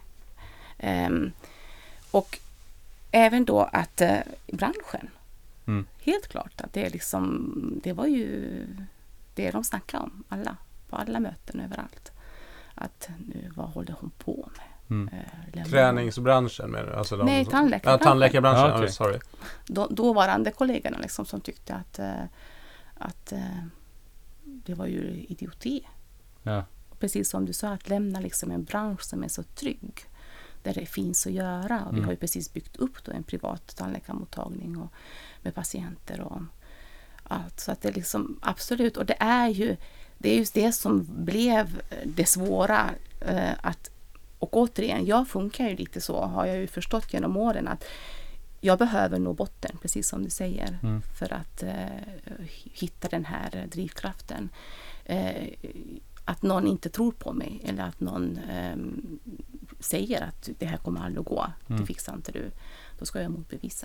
S3: Um, och även då att uh, branschen mm. helt klart att det är liksom det var ju det de snackade om alla på alla möten överallt att nu vad håller hon på med?
S2: Mm. Uh, Träningsbranschen med alltså de
S3: Nej,
S2: som,
S3: tandläkarbranschen.
S2: Ja, tandläkarbranschen.
S1: Ja, okay.
S2: oh, sorry.
S3: Då, dåvarande kollegorna liksom som tyckte att uh, att uh, det var ju idioti.
S1: Ja.
S3: Precis som du sa, att lämna liksom en bransch som är så trygg där det finns att göra. Och mm. vi har ju precis byggt upp då en privat tandläkarmottagning och med patienter och allt. Så att det är liksom absolut, och det är ju det är just det som blev det svåra eh, att, och återigen, jag funkar ju lite så, har jag ju förstått genom åren att jag behöver nå botten, precis som du säger, mm. för att eh, hitta den här drivkraften. Eh, att någon inte tror på mig eller att någon eh, säger att det här kommer aldrig att gå, mm. det fixar inte du, då ska jag motbevisa.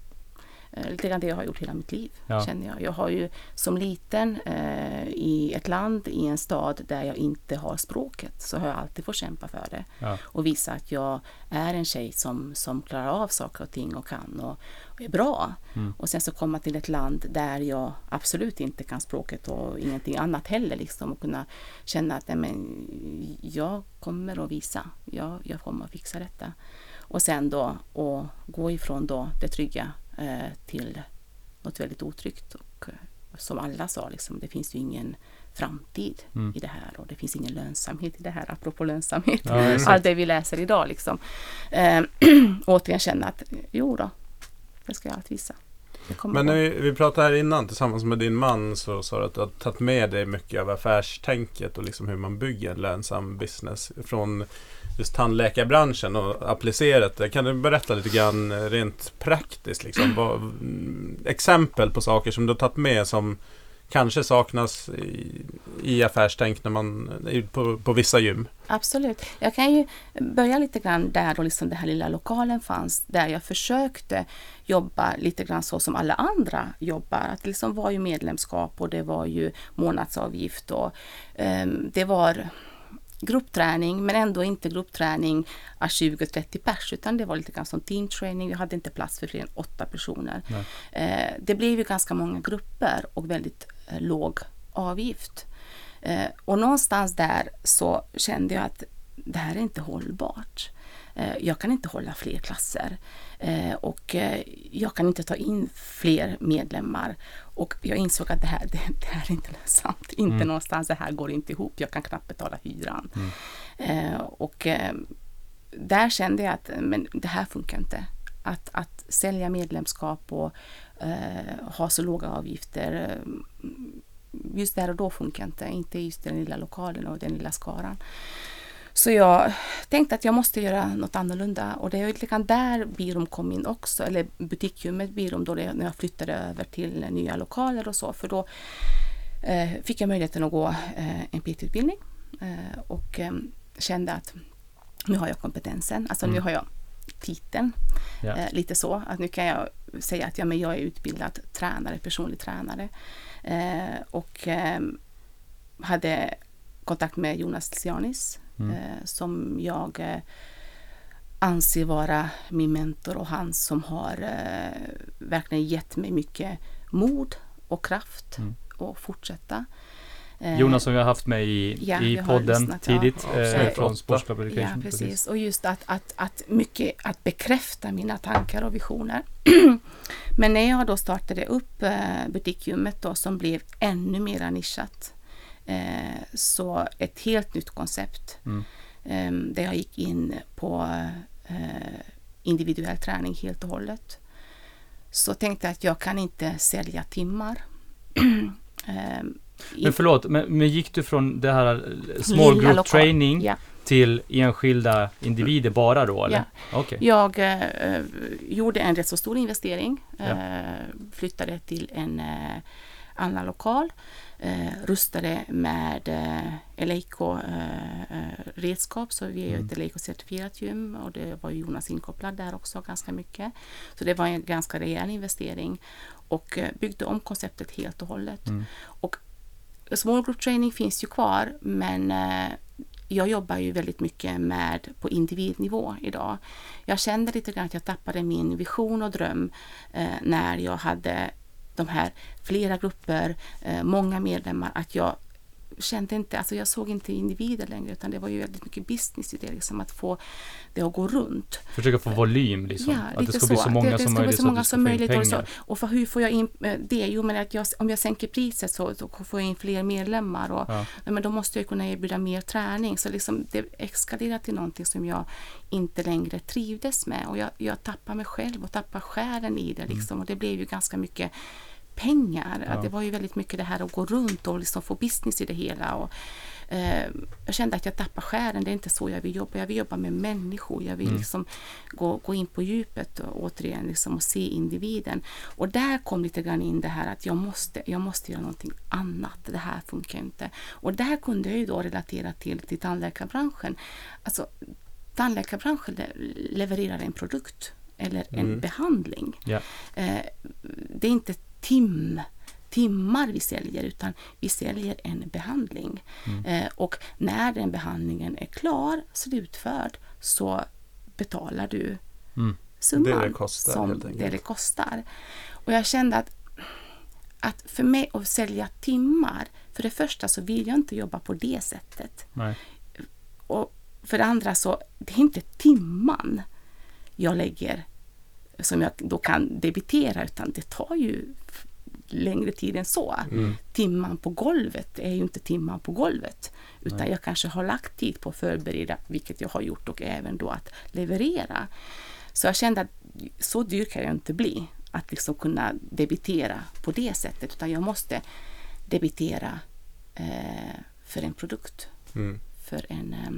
S3: Eh, lite grann det jag har gjort hela mitt liv, ja. känner jag. Jag har ju som liten eh, i ett land, i en stad där jag inte har språket, så har jag alltid fått kämpa för det. Ja. Och visa att jag är en tjej som, som klarar av saker och ting och kan och, och är bra. Mm. Och sen så komma till ett land där jag absolut inte kan språket och ingenting annat heller. Liksom, och kunna känna att nej, men, jag kommer att visa, jag, jag kommer att fixa detta. Och sen då och gå ifrån då det trygga till något väldigt otryggt och som alla sa, liksom, det finns ju ingen framtid mm. i det här och det finns ingen lönsamhet i det här, apropå lönsamhet, ja, allt det vi läser idag liksom. Äh, återigen känna att jo då, det ska jag allt visa.
S2: Men när vi, vi pratade här innan tillsammans med din man, så sa du att du har tagit med dig mycket av affärstänket och liksom hur man bygger en lönsam business från just tandläkarbranschen och applicerat det. Kan du berätta lite grann rent praktiskt liksom, vad, exempel på saker som du har tagit med som kanske saknas i, i affärstänk när man på, på vissa gym?
S3: Absolut. Jag kan ju börja lite grann där då liksom den här lilla lokalen fanns, där jag försökte jobba lite grann så som alla andra jobbar. Att det liksom var ju medlemskap och det var ju månadsavgift och um, det var gruppträning, men ändå inte gruppträning av tjugo trettio pers, utan det var lite grann som teamtraining. Vi hade inte plats för fler än åtta personer. Eh, det blev ju ganska många grupper och väldigt eh, låg avgift. Eh, och någonstans där så kände jag att det här är inte hållbart. Eh, jag kan inte hålla fler klasser eh, och eh, jag kan inte ta in fler medlemmar. Och jag insåg att det här, det, det här är inte lönsamt. Inte mm. någonstans, det här går inte ihop. Jag kan knappt betala hyran. Mm. Eh, och eh, där kände jag att men det här funkar inte. Att, att sälja medlemskap och eh, ha så låga avgifter. Eh, just där och då funkar inte. Inte just den lilla lokalen och den lilla skaran. Så jag tänkte att jag måste göra något annorlunda. Och det är lite grann där Birom kom in också. Eller butikgymmet Birom då det, när jag flyttade över till nya lokaler och så. För då eh, fick jag möjligheten att gå eh, en P T-utbildning. Eh, och eh, kände att nu har jag kompetensen. Alltså mm. nu har jag titeln. Ja. Eh, lite så. Att nu kan jag säga att ja, men jag är utbildad tränare, personlig tränare. Eh, och eh, hade kontakt med Jonas Tsianis. Mm. Eh, som jag eh, anser vara min mentor och han som har eh, verkligen gett mig mycket mod och kraft mm. att fortsätta. Eh,
S1: Jonas som vi har haft med i, ja, i podden lyssnat, tidigt ja. eh, från Sportskap Education.
S3: Ja, precis. precis. Och just att, att, att mycket att bekräfta mina tankar och visioner. Men när jag då startade upp eh, butikgymmet då som blev ännu mer nischat Eh, så ett helt nytt koncept.
S1: Mm.
S3: Eh, där jag gick in på eh, individuell träning helt och hållet. Så tänkte jag att jag kan inte sälja timmar. eh,
S1: Men förlåt, men, men gick du från det här small group lokal. training
S3: ja.
S1: till enskilda individer bara då? Eller?
S3: Ja.
S1: Okay.
S3: Jag eh, gjorde en rätt så stor investering.
S1: Ja.
S3: Eh, flyttade till en eh, annan lokal. Eh, rustade med eh, L A K-redskap. Eh, så vi är ju
S1: mm.
S3: ett L A K-certifierat gym. Och det var ju Jonas inkopplad där också ganska mycket. Så det var en ganska rejäl investering. Och eh, byggde om konceptet helt och hållet.
S1: Mm.
S3: Och small group training finns ju kvar, men eh, jag jobbar ju väldigt mycket med på individnivå idag. Jag kände lite grann att jag tappade min vision och dröm eh, när jag hade de här flera grupper, eh, många medlemmar, att jag kände inte, alltså jag såg inte individer längre, utan det var ju väldigt mycket business i det, liksom att få det att gå runt.
S1: Försöka få volym liksom,
S3: ja,
S1: att det ska så. bli så många
S3: det, det
S1: som möjligt,
S3: så många som möjligt och, så, och för hur får jag in det? Jo, men att jag, om jag sänker priset så, så får jag in fler medlemmar och
S1: ja.
S3: men då måste jag kunna erbjuda mer träning, så liksom det eskalerar till någonting som jag inte längre trivdes med, och jag, jag tappar mig själv och tappar själen i det liksom, mm. och det blev ju ganska mycket pengar.
S1: Ja.
S3: Det var ju väldigt mycket det här att gå runt och liksom få business i det hela. Och, eh, jag kände att jag tappar skären. Det är inte så jag vill jobba. Jag vill jobba med människor. Jag vill
S1: mm. liksom
S3: gå, gå in på djupet och, återigen liksom, och se individen. Och där kom lite grann in det här att jag måste, jag måste göra någonting annat. Det här funkar inte. Och där kunde jag ju då relatera till, till tandläkarbranschen. Alltså, tandläkarbranschen levererar en produkt eller en
S1: mm.
S3: behandling.
S1: Yeah.
S3: Eh, det är inte tim, timmar vi säljer, utan vi säljer en behandling. Mm. Eh, och när den behandlingen är klar, slutförd, så betalar du mm. summan
S2: det det kostar,
S3: som det det kostar. Och jag kände att, att för mig att sälja timmar, för det första så vill jag inte jobba på det sättet.
S1: Nej.
S3: Och för det andra så, det är inte timman jag lägger som jag då kan debitera, utan det tar ju längre tid än så. Mm. Timman på golvet är ju inte timman på golvet, utan Nej. jag kanske har lagt tid på att förbereda, vilket jag har gjort, och även då att leverera. Så jag kände att så dyr kan jag inte bli, att liksom kunna debitera på det sättet, utan jag måste debitera eh, för en produkt, mm. för en eh,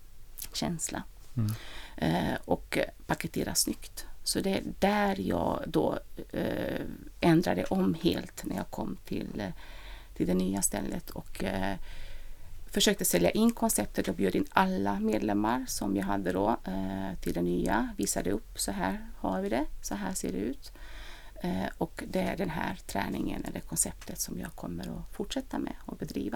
S3: känsla mm. eh, och paketera snyggt. Så det är där jag då eh, ändrade om helt när jag kom till, till det nya stället, och eh, försökte sälja in konceptet och bjöd in alla medlemmar som jag hade då eh, till det nya. Visade upp, så här har vi det, så här ser det ut. Eh, och det är den här träningen eller konceptet som jag kommer att fortsätta med och bedriva.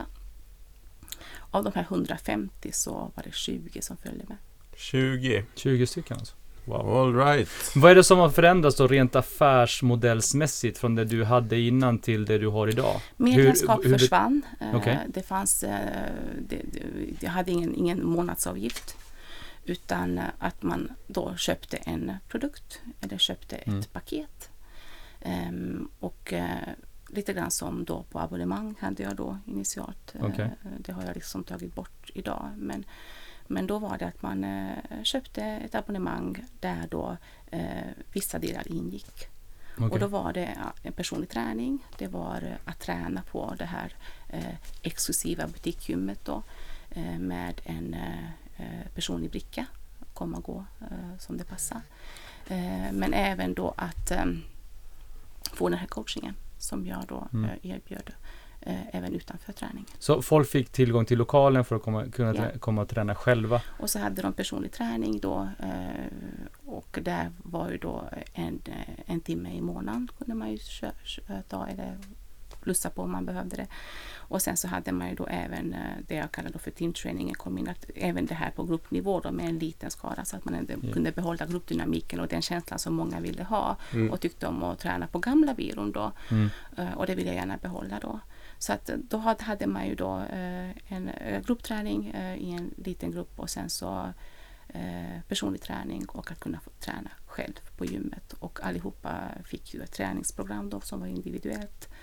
S3: Av de här hundrafemtio så var det tjugo som följde med.
S2: tjugo?
S1: tjugo stycken alltså.
S2: Wow. All right.
S1: Vad är det som har förändrats då rent affärsmodellsmässigt från det du hade innan till det du har idag?
S3: Medlemskap
S1: hur, hur
S3: försvann.
S1: Det, okay.
S3: det fanns, det, jag hade ingen, ingen månadsavgift, utan att man då köpte en produkt eller köpte ett mm. paket. Um, och uh, lite grann som då på abonnemang hade jag då initialt.
S1: Okay.
S3: Uh, det har jag liksom tagit bort idag, men Men då var det att man eh, köpte ett abonnemang där då eh, vissa delar ingick. Okay. Och då var det en personlig träning. Det var eh, att träna på det här eh, exklusiva butikgymmet då, eh, med en eh, personlig bricka. Komma och gå eh, som det passar. Eh, men även då att eh, få den här coachingen som jag då mm. eh, erbjöd. Även utanför träning.
S1: Så folk fick tillgång till lokalen för att komma, kunna
S3: ja.
S1: trä, komma och träna själva?
S3: Och så hade de personlig träning då, och där var ju då en, en timme i månaden kunde man ju ta eller plussa på om man behövde det. Och sen så hade man ju då även det jag kallar då för teamträningen, kom in att även det här på gruppnivå då med en liten skara, så att man ändå yeah. kunde behålla gruppdynamiken och den känslan som många ville ha mm. och tyckte om att träna på gamla byrån då. Mm. Och det vill jag gärna behålla då. Så att då hade man ju då en gruppträning i en liten grupp, och sen så personlig träning och att kunna få träna själv på gymmet. Och allihopa fick ju ett träningsprogram då som var individuellt.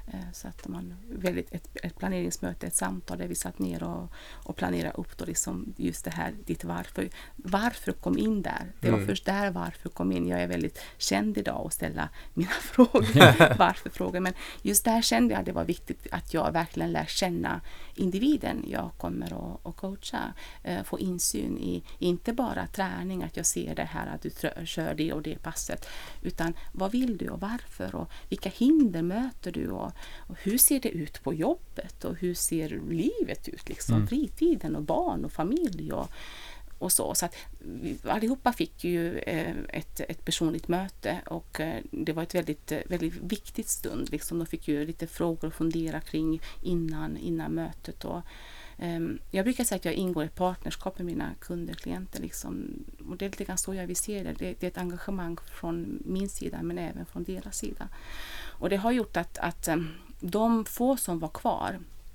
S3: Så att man väldigt ett, ett planeringsmöte, ett samtal där vi satt ner och, och planerade upp då liksom just det här, ditt varför. Varför kom in där? Det var mm. först där varför kom in. Jag är väldigt känd idag att ställa mina frågor, varför frågor. Men just där kände jag att det var viktigt att jag verkligen lär känna individen jag kommer att, att coacha. Få insyn i, inte bara träning, att jag ser det här att du trö- kör det och det passet. Utan vad vill du och varför? Och vilka hinder möter du? Och Och hur ser det ut på jobbet och hur ser livet ut liksom, mm. fritiden och barn och familj och, och så. Så att vi allihopa fick ju eh, ett, ett personligt möte och eh, det var ett väldigt, väldigt viktigt stund. Liksom. De fick ju lite frågor att fundera kring innan, innan mötet. Och, eh, jag brukar säga att jag ingår i ett partnerskap med mina kunder, klienter. Liksom. Och det är lite grann så jag vill se det. det. Det är ett engagemang från min sida men även från deras sida. Och det har gjort att, att de få som var kvar,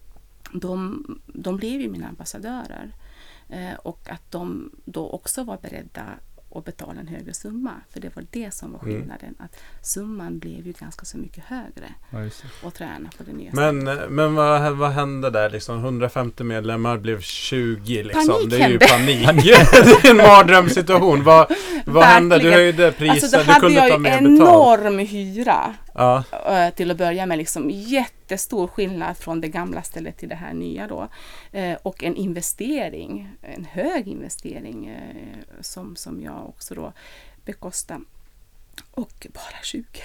S3: de, de blev ju mina ambassadörer. Eh, och att de då också var beredda att betala en högre summa. För det var det som var skillnaden. Mm. Att summan blev ju ganska så mycket högre.
S1: Ja,
S3: och träna på det nya.
S2: Men, men vad, vad hände där? Liksom, hundrafemtio medlemmar blev tjugo. Liksom.
S3: Panik
S2: det är ju
S3: hände.
S2: panik. Det är en mardrömssituation. Vad, vad hände? Du höjde priser.
S3: Alltså, då
S2: du kunde
S3: hade
S2: ta
S3: jag
S2: mer
S3: ju
S2: betalt.
S3: enorm hyra.
S2: Ja.
S3: Till att börja med liksom jättestor skillnad från det gamla stället till det här nya då. Eh, och en investering, en hög investering eh, som, som jag också då bekostade. Och bara tjugo.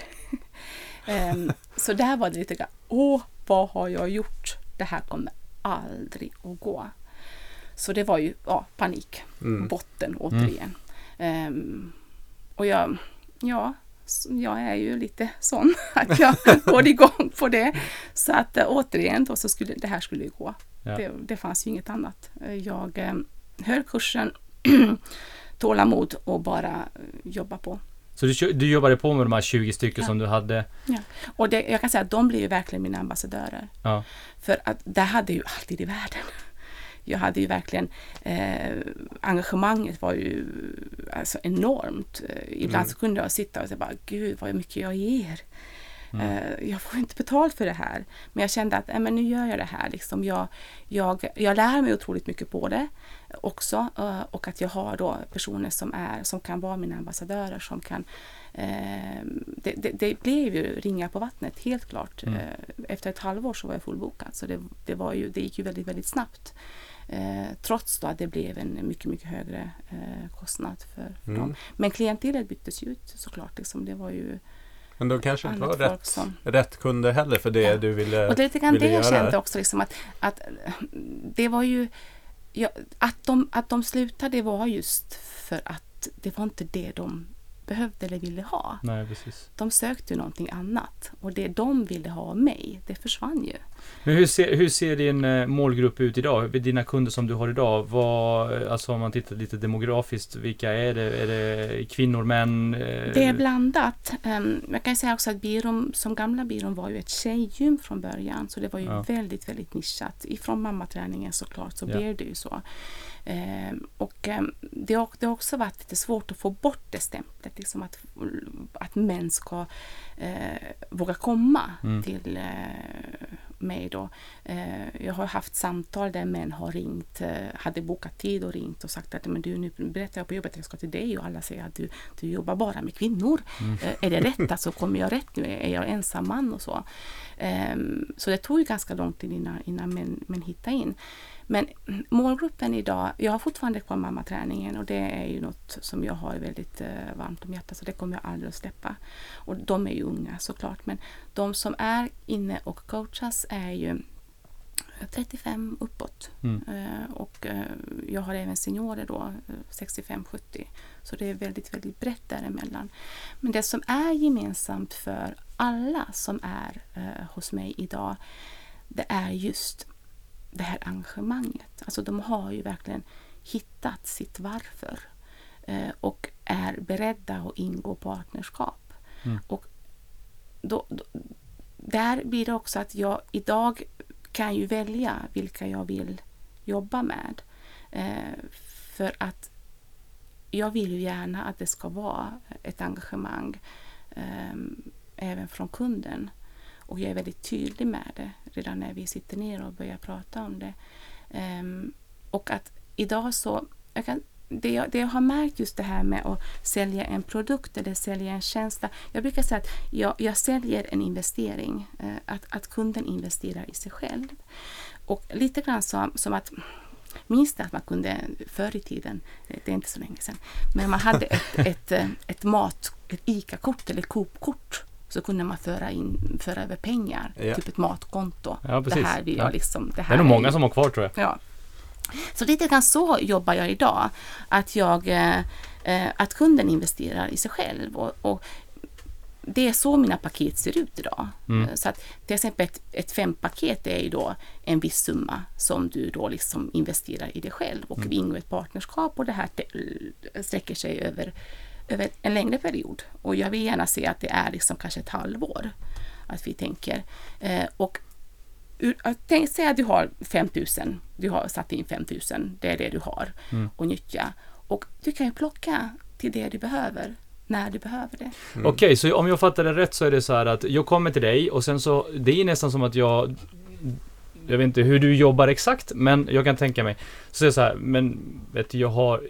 S3: eh, så där var det lite grann, åh, vad har jag gjort? Det här kommer aldrig att gå. Så det var ju ja, panik, mm. botten återigen. Mm. Eh, och jag, ja... jag är ju lite sån att jag går igång på det. Så att äh, återigen då så skulle det här skulle ju gå. Ja. Det, det fanns ju inget annat. Jag äh, höll kursen, tålamod och bara äh, jobba på.
S1: Så du, du jobbade på med de här tjugo stycken ja. som du hade?
S3: Ja, och det, jag kan säga att de blev ju verkligen mina ambassadörer. Ja. För att det hade ju alltid i världen. Jag hade ju verkligen, eh, engagemanget var ju alltså enormt. Ibland mm. så kunde jag sitta och säga bara, gud vad mycket jag ger. Mm. Eh, jag får inte betalt för det här. Men jag kände att eh, men nu gör jag det här. Liksom. Jag, jag, jag lär mig otroligt mycket på det också. Eh, och att jag har då personer som, är, som kan vara mina ambassadörer. Som kan, eh, det, det, det blev ju ringar på vattnet, helt klart. Mm. Eh, efter ett halvår så var jag fullbokad. Så det, det, var ju, det gick ju väldigt, väldigt snabbt. Eh, trots då att det blev en mycket, mycket högre eh, kostnad för, för mm. dem. Men klientelet byttes ju ut såklart. Liksom. Det var ju
S2: men då kanske inte var rätt, som, rätt kunder heller för det ja. du ville
S3: Och det är lite grann
S2: ville
S3: det jag
S2: göra.
S3: kände också. Liksom, att, att det var ju ja, att, de, att de slutade var just för att det var inte det de behövde eller ville ha.
S1: Nej, precis.
S3: De sökte ju någonting annat. Och det de ville ha av mig, det försvann ju.
S1: Men hur ser, hur ser din målgrupp ut idag? Dina kunder som du har idag, vad, alltså om man tittar lite demografiskt, vilka är det? Är det kvinnor, män?
S3: Det är blandat. Um, jag kan säga också att Biron, som gamla Biron var ju ett tjejgym från början. Så det var ju ja. väldigt, väldigt nischat. Ifrån mammaträningen såklart så ja. blev det ju så. Um, och um, det, har, det har också varit lite svårt att få bort det stämplet. Liksom att, att män ska uh, våga komma mm. till uh, mig då. Eh, jag har haft samtal där män har ringt, eh, hade bokat tid och ringt och sagt att men du, nu berättar jag på jobbet att jag ska till dig och alla säger att du, du jobbar bara med kvinnor. Mm. Eh, är det rätt? Alltså kommer jag rätt nu? Är jag ensam man och så? Eh, så det tog ju ganska lång tid innan, innan män, män hittade in. Men målgruppen idag, jag har fortfarande kvar mammaträningen och det är ju något som jag har väldigt eh, varmt om hjärtat så det kommer jag aldrig att släppa. Och de är ju unga såklart, men de som är inne och coachas är ju trettiofem uppåt. Mm. Eh, och eh, jag har även seniorer då, sextiofem sjuttio. Så det är väldigt, väldigt brett däremellan. Men det som är gemensamt för alla som är eh, hos mig idag, det är just det här engagemanget. Alltså de har ju verkligen hittat sitt varför eh, och är beredda att ingå partnerskap. Mm. Och då, då, där blir det också att jag idag kan ju välja vilka jag vill jobba med. Eh, för att jag vill ju gärna att det ska vara ett engagemang eh, även från kunden. Och jag är väldigt tydlig med det redan när vi sitter ner och börjar prata om det. Um, och att idag så, jag kan, det, jag, det jag har märkt just det här med att sälja en produkt eller sälja en tjänst. Jag brukar säga att jag, jag säljer en investering, uh, att, att kunden investerar i sig själv. Och lite grann som, som att, minns det att man kunde förr i tiden, det är inte så länge sedan, men man hade ett, ett, ett, ett mat, ett ICA-kort eller Coop-kort. Så kunde man föra, in, föra över pengar, ja. Typ ett matkonto.
S1: Ja, precis.
S3: Det här vill jag liksom, det, här
S1: det är nog många
S3: är,
S1: som har kvar, tror jag.
S3: Ja. Så lite grann så jobbar jag idag. Att, jag, eh, att kunden investerar i sig själv. Och, och det är så mina paket ser ut idag. Mm. Så att till exempel ett, ett fempaket är ju då en viss summa som du då liksom investerar i dig själv. Och mm. vi ingår ett partnerskap och det här te- sträcker sig över över en längre period. Och jag vill gärna se att det är liksom kanske ett halvår. Att vi tänker. Eh, och tänk, säg att du har fem tusen. Du har satt in fem tusen. Det är det du har. Mm. Och nyttja. Och du kan ju plocka till det du behöver. När du behöver det.
S1: Mm. Okej, okay, så om jag fattar det rätt så är det så här att jag kommer till dig och sen så, det är nästan som att jag jag vet inte hur du jobbar exakt, men jag kan tänka mig. Så är det så här, men vet du, jag har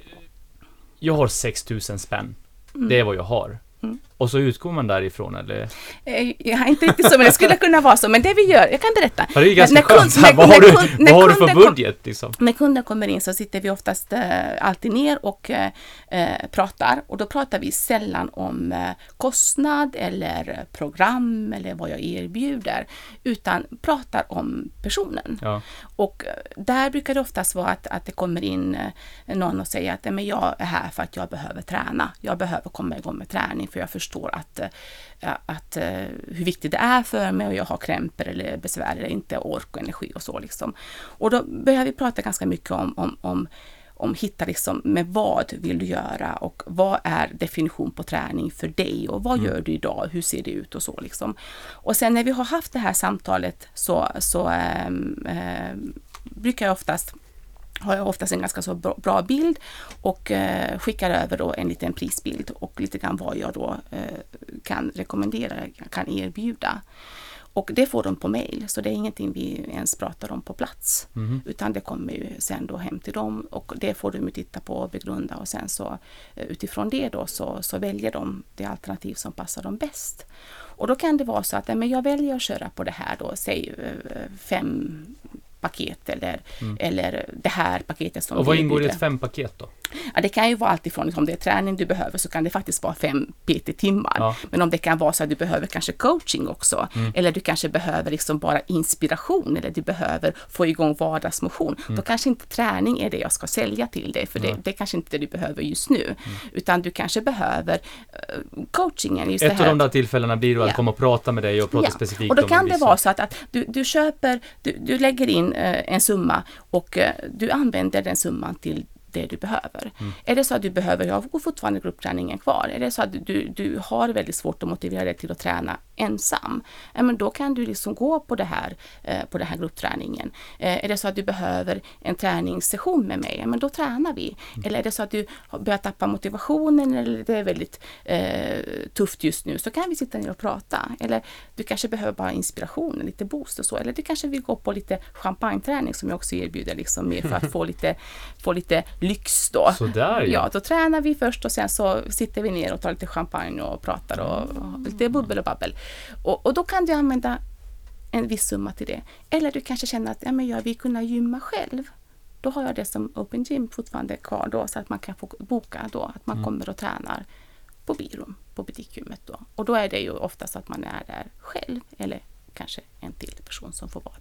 S1: jag har sex tusen spänn. Mm. Det är vad jag har. Mm. Och så utgår man därifrån, eller?
S3: Jag har inte riktigt så, men det skulle kunna vara så. Men det vi gör, jag kan berätta.
S1: Ja, det är ganska skönt. Kund, när, vad har, när, du, vad har du för budget? Liksom?
S3: När kunden kommer in så sitter vi oftast äh, alltid ner och äh, pratar. Och då pratar vi sällan om äh, kostnad eller program eller vad jag erbjuder. Utan pratar om personen. Ja. Och äh, där brukar det oftast vara att, att det kommer in äh, någon och säger att men jag är här för att jag behöver träna. Jag behöver komma igång med träning. För jag förstår att, att, hur viktigt det är för mig och jag har krämpor eller besvär eller inte ork och energi och så liksom. Och då börjar vi prata ganska mycket om, om, om, om hitta liksom med vad vill du göra och vad är definition på träning för dig och vad mm. gör du idag, hur ser det ut och så liksom. Och sen när vi har haft det här samtalet så, så äh, äh, brukar jag oftast har jag oftast en ganska så bra bild och eh, skickar över då en liten prisbild och lite grann vad jag då eh, kan rekommendera, kan erbjuda. Och det får de på mail, så det är ingenting vi ens pratar om på plats. Mm. Utan det kommer ju sen då hem till dem och det får de ju titta på och begrunda och sen så eh, utifrån det då så, så väljer de det alternativ som passar dem bäst. Och då kan det vara så att men jag väljer att köra på det här då, säg eh, fem paket eller, mm. eller det här paketet som
S1: och vad ingår i ett fempaket då?
S3: Ja, det kan ju vara allt ifrån om det är träning du behöver så kan det faktiskt vara fem P T-timmar. Ja. Men om det kan vara så att du behöver kanske coaching också mm. eller du kanske behöver liksom bara inspiration eller du behöver få igång vardagsmotion. Mm. Då kanske inte träning är det jag ska sälja till dig för det, mm. det är kanske inte det du behöver just nu. Mm. Utan du kanske behöver uh, coachingen. Just
S1: Ett
S3: det här.
S1: av de där tillfällena blir du att ja. komma och prata med dig och prata ja. specifikt
S3: om det. Och då kan
S1: om
S3: det vara så att, att du, du köper, du, du lägger in uh, en summa och uh, du använder den summan till det du behöver. Mm. Är det så att du behöver, jag har fortfarande gruppträningen kvar, är det så att du, du har väldigt svårt att motivera dig till att träna ensam, ja, men då kan du liksom gå på det här, eh, på den här gruppträningen. Eh, är det så att du behöver en träningssession med mig, ja, men då tränar vi. Mm. Eller är det så att du börjar tappa motivationen eller det är väldigt eh, tufft just nu, så kan vi sitta ner och prata. Eller du kanske behöver bara inspiration, lite boost och så. Eller du kanske vill gå på lite champagne-träning som jag också erbjuder liksom mer för att få lite, få lite lyx då.
S1: Sådär, ja.
S3: ja, då tränar vi först och sen så sitter vi ner och tar lite champagne och pratar och, och lite bubbel och babbel. Och, och då kan du använda en viss summa till det. Eller du kanske känner att ja, men jag vill kunna gymma själv. Då har jag det som Open Gym fortfarande kvar då så att man kan få boka då att man mm. kommer och tränar på byrån, på butikgymmet då. Och då är det ju oftast att man är där själv eller kanske en till person som får vara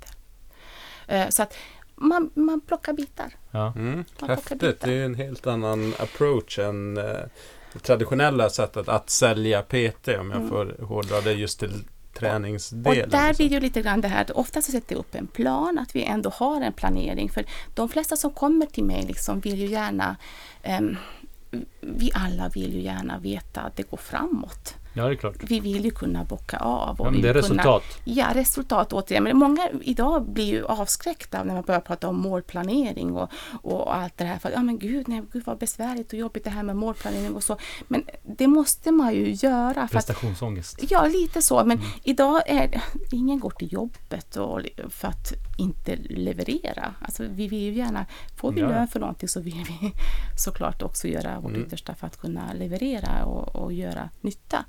S3: där. Uh, så att Man, man plockar bitar.
S2: Ja. Mm, häftigt. Bitar. Det är en helt annan approach än eh, det traditionella sättet att sälja P T, om jag mm. får hårdra det just till träningsdelen.
S3: Och där blir det ju lite grann det här att ofta så sätter jag upp en plan, att vi ändå har en planering. För de flesta som kommer till mig liksom vill ju gärna, eh, vi alla vill ju gärna veta att det går framåt.
S1: Ja, det är klart.
S3: Vi vill ju kunna bocka av. Och
S1: ja, men det är resultat.
S3: Kunna, ja, resultat återigen. Men många idag blir ju avskräckta när man börjar prata om målplanering och, och allt det här. För ja, men gud, nej, gud vad besvärligt och jobbigt det här med målplanering och så. Men det måste man ju göra. För
S1: prestationsångest.
S3: Att, ja, lite så. Men
S1: mm.
S3: idag är ingen går till jobbet och, för att inte leverera. Alltså vi vill ju gärna, får vi ja. lön för någonting så vill vi såklart också göra vårt mm. yttersta för att kunna leverera och, och göra nytta.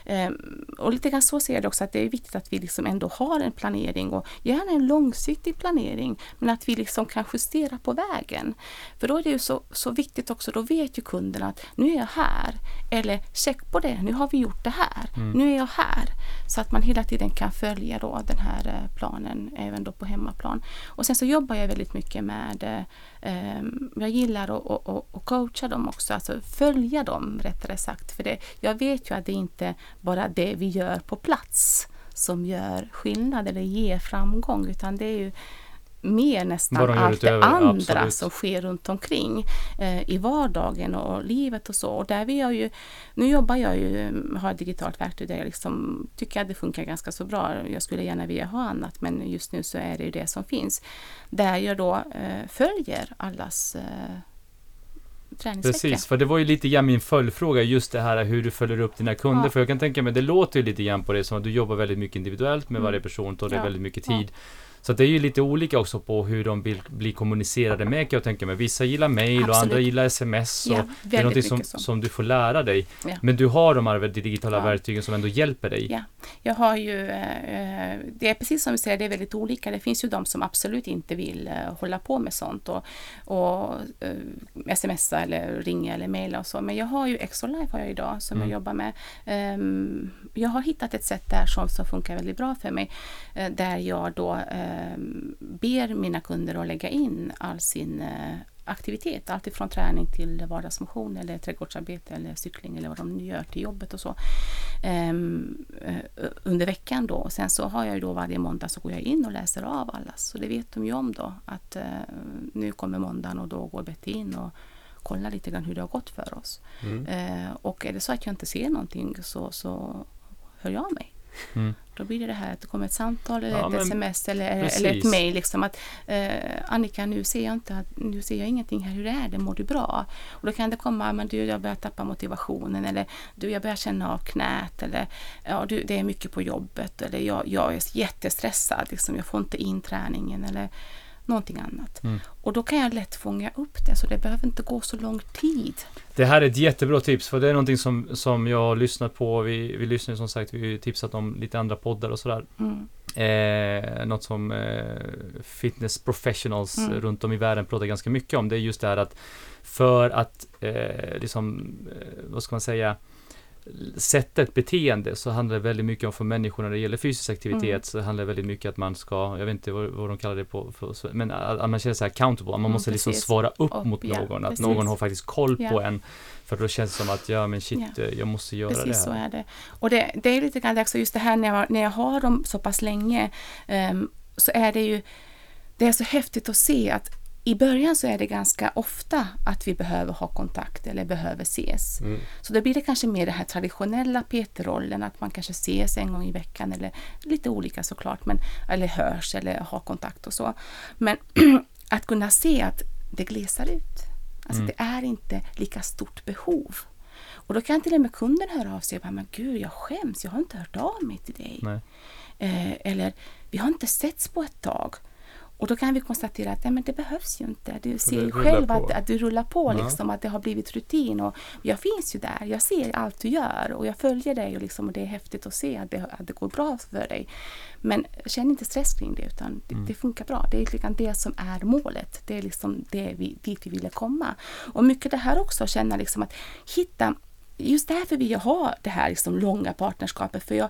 S3: Um, och lite grann så ser jag också att det är viktigt att vi liksom ändå har en planering och gärna en långsiktig planering, men att vi liksom kan justera på vägen. För då är det ju så, så viktigt också, då vet ju kunden att nu är jag här, eller check på det, nu har vi gjort det här, mm. nu är jag här. Så att man hela tiden kan följa då den här planen även då på hemmaplan. Och sen så jobbar jag väldigt mycket med, eh, jag gillar att och, och, och coacha dem också, alltså följa dem rättare sagt. För det, jag vet ju att det inte bara det vi gör på plats som gör skillnad eller ger framgång, utan det är ju mer nästan allt det andra absolut. Som sker runt omkring eh, i vardagen och livet och så. Och där vill jag ju, nu jobbar jag ju, har digitalt verktyg där jag liksom tycker att det funkar ganska så bra. Jag skulle gärna vilja ha annat, men just nu så är det ju det som finns. Där jag då eh, följer allas eh, träningsvecka.
S1: Precis, för det var ju lite grann min följdfråga, just det här hur du följer upp dina kunder. Ja. För jag kan tänka mig, det låter ju lite grann på det som att du jobbar väldigt mycket individuellt med mm. varje person, tar det ja. väldigt mycket tid. Ja. Så det är ju lite olika också på hur de vill bli kommunicerade med, kan jag tänka mig. Vissa gillar mejl och andra gillar sms. Och
S3: ja,
S1: det är något som, som du får lära dig. Ja. Men du har de här digitala ja. verktygen som ändå hjälper dig. Ja,
S3: jag har ju, eh, det är precis som vi säger, det är väldigt olika. Det finns ju de som absolut inte vill eh, hålla på med sånt och, och eh, smsa eller ringa eller mejla och så. Men jag har ju Exolife har jag idag som mm. jag jobbar med. Um, jag har hittat ett sätt där som, som funkar väldigt bra för mig. Eh, där jag då eh, ber mina kunder att lägga in all sin eh, aktivitet, allt ifrån träning till vardagsmotion eller trädgårdsarbete eller cykling eller vad de nu gör till jobbet och så um, uh, under veckan då. Och sen så har jag ju då varje måndag så går jag in och läser av allas, så det vet de ju om då att uh, nu kommer måndagen och då går Betty in och kollar lite grann hur det har gått för oss. Mm. Uh, och är det så att jag inte ser någonting så, så hör jag av mig. Mm. Då blir det det här att det kommer ett samtal eller ja, ett sms eller, eller ett mejl liksom att eh, Annika, nu ser jag inte nu ser jag ingenting här, hur är det, mår du bra? Och då kan det komma, men du, jag börjar tappa motivationen, eller du, jag börjar känna av knät, eller ja, du, det är mycket på jobbet, eller jag, jag är jättestressad liksom, jag får inte in träningen eller någonting annat. Mm. Och då kan jag lätt fånga upp det, så det behöver inte gå så lång tid.
S1: Det här är ett jättebra tips, för det är någonting som, som jag har lyssnat på. Vi, vi lyssnar som sagt, vi har tipsat om lite andra poddar och sådär. Mm. Eh, något som eh, fitness professionals mm. runt om i världen pratar ganska mycket om. Det är just det här att för att eh, liksom, eh, vad ska man säga, sätta ett beteende, så handlar det väldigt mycket om, för människor när det gäller fysisk aktivitet mm. så handlar det väldigt mycket att man ska, jag vet inte vad, vad de kallar det på, för, men att man känner sig accountable, man mm, måste precis. liksom svara upp, upp mot ja, någon, att precis. någon har faktiskt koll ja. på en, för då känns det som att ja men shit, ja. jag måste göra precis, det här. Så är det. Och det, det är lite grann också just det här när jag, när jag har dem så pass länge um, så är det ju, det är så häftigt att se att i början så är det ganska ofta att vi behöver ha kontakt eller behöver ses. Mm. Så då blir det kanske mer den här traditionella P T-rollen, att man kanske ses en gång i veckan eller lite olika såklart, men, eller hörs eller har kontakt och så. Men att kunna se att det glesar ut. Alltså mm. det är inte lika stort behov. Och då kan till och med kunden höra av sig och bara, men gud, jag skäms, jag har inte hört av mig till dig. Nej. Eh, eller, vi har inte setts på ett tag. Och då kan vi konstatera att nej, men det behövs ju inte. Du ser ju själv att, att du rullar på, ja. liksom, att det har blivit rutin. Och jag finns ju där, jag ser allt du gör och jag följer dig och, liksom, och det är häftigt att se att det, att det går bra för dig. Men känn inte stress kring det, utan det, mm. det funkar bra. Det är liksom det som är målet. Det är liksom det vi, dit vi ville komma. Och mycket det här också, känna liksom att hitta, just därför vill jag ha det här liksom långa partnerskapet. För jag,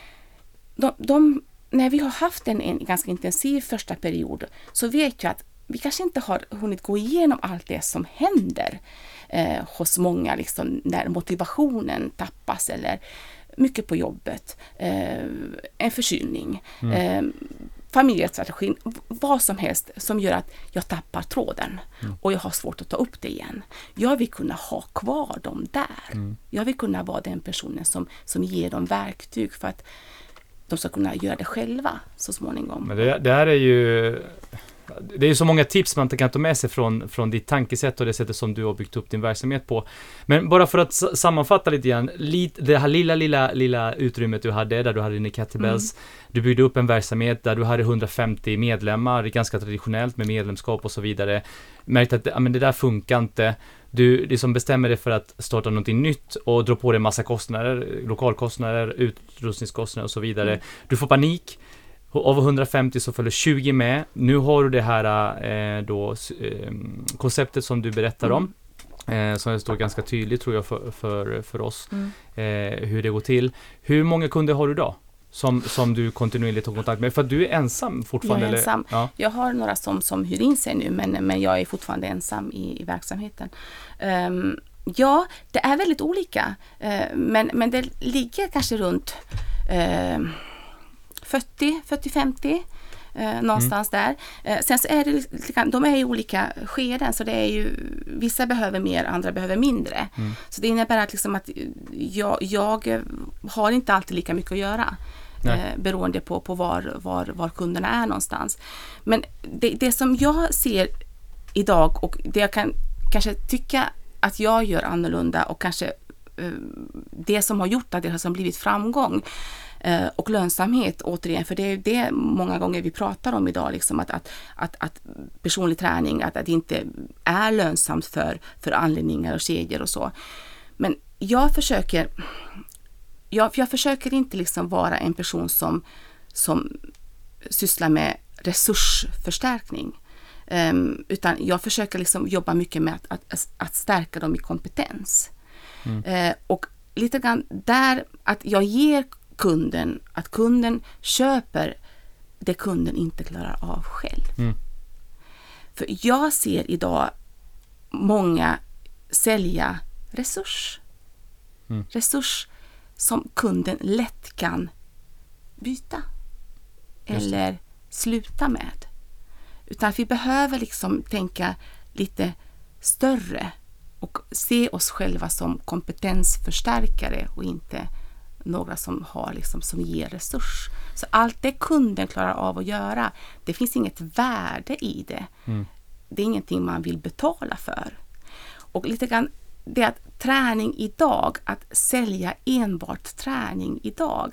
S1: de, de när vi har haft en, en ganska intensiv första period, så vet jag att vi kanske inte har hunnit gå igenom allt det som händer eh, hos många, liksom, när motivationen tappas eller mycket på jobbet, eh, en förkylning. Mm. Eh,
S3: familjestrategin, vad som helst som gör att jag tappar tråden mm. och jag har svårt att ta upp det igen. Jag vill kunna ha kvar dem där. Mm. Jag vill kunna vara den personen som, som ger dem verktyg för att de ska kunna göra det själva så småningom.
S1: Men det, det här är ju... Det är ju så många tips man inte kan ta med sig från, från ditt tankesätt och det sättet som du har byggt upp din verksamhet på. Men bara för att s- sammanfatta lite grann, lite, det här lilla, lilla, lilla utrymmet du hade där du hade dina kettlebells. Mm. Du byggde upp en verksamhet där du hade hundrafemtio medlemmar, ganska traditionellt med medlemskap och så vidare. Märkte att ja, men det där funkar inte. Du liksom bestämmer dig för att starta någonting nytt och dra på dig en massa kostnader, lokalkostnader, utrustningskostnader och så vidare. Mm. Du får panik. Av hundrafemtio så följer tjugo med. Nu har du det här eh, då, eh, konceptet som du berättar om. Eh, som det står ganska tydligt tror jag för, för, för oss. Mm. Eh, hur det går till. Hur många kunder har du då? Som, som du kontinuerligt har kontakt med? För att du är ensam fortfarande?
S3: Jag är ensam.
S1: Eller? Ja.
S3: Jag har några som, som hyr in sig nu. Men, men jag är fortfarande ensam i, i verksamheten. Um, ja, det är väldigt olika. Uh, men, men det ligger kanske runt... Uh, fyrtio, fyrtio, femtio eh, någonstans mm. där. Eh, sen så är det, de är i olika skeden så det är ju, vissa behöver mer, andra behöver mindre. Mm. Så det innebär att, liksom att jag, jag har inte alltid lika mycket att göra eh, beroende på, på var, var, var kunderna är någonstans. Men det, det som jag ser idag och det jag kan kanske tycka att jag gör annorlunda och kanske eh, det som har gjort att det har blivit framgång och lönsamhet återigen, för det är det många gånger vi pratar om idag, liksom att, att, att, att personlig träning, att, att det inte är lönsamt för, för anledningar och kedjor och så. Men jag försöker jag, jag försöker inte liksom vara en person som, som sysslar med resursförstärkning. Um, utan jag försöker liksom jobba mycket med att, att, att stärka dem i kompetens. Mm. Uh, och lite grann där att jag ger kunden, att kunden köper det kunden inte klarar av själv. Mm. För jag ser idag många sälja resurs. Mm. Resurs som kunden lätt kan byta eller sluta med. Utan vi behöver liksom tänka lite större och se oss själva som kompetensförstärkare och inte några som har liksom, som ger resurs. Så allt det kunden klarar av att göra, det finns inget värde i det. Mm. Det är ingenting man vill betala för. Och lite grann det att träning idag, att sälja enbart träning idag,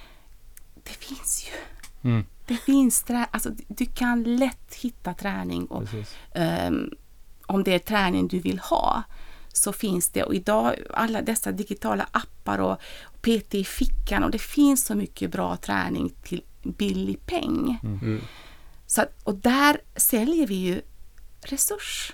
S3: det finns ju. Mm. Det finns trä- alltså du kan lätt hitta träning och um, om det är träning du vill ha så finns det, och idag alla dessa digitala appar och P T i fickan och det finns så mycket bra träning till billig peng. Mm. Så att, och där säljer vi ju resurs.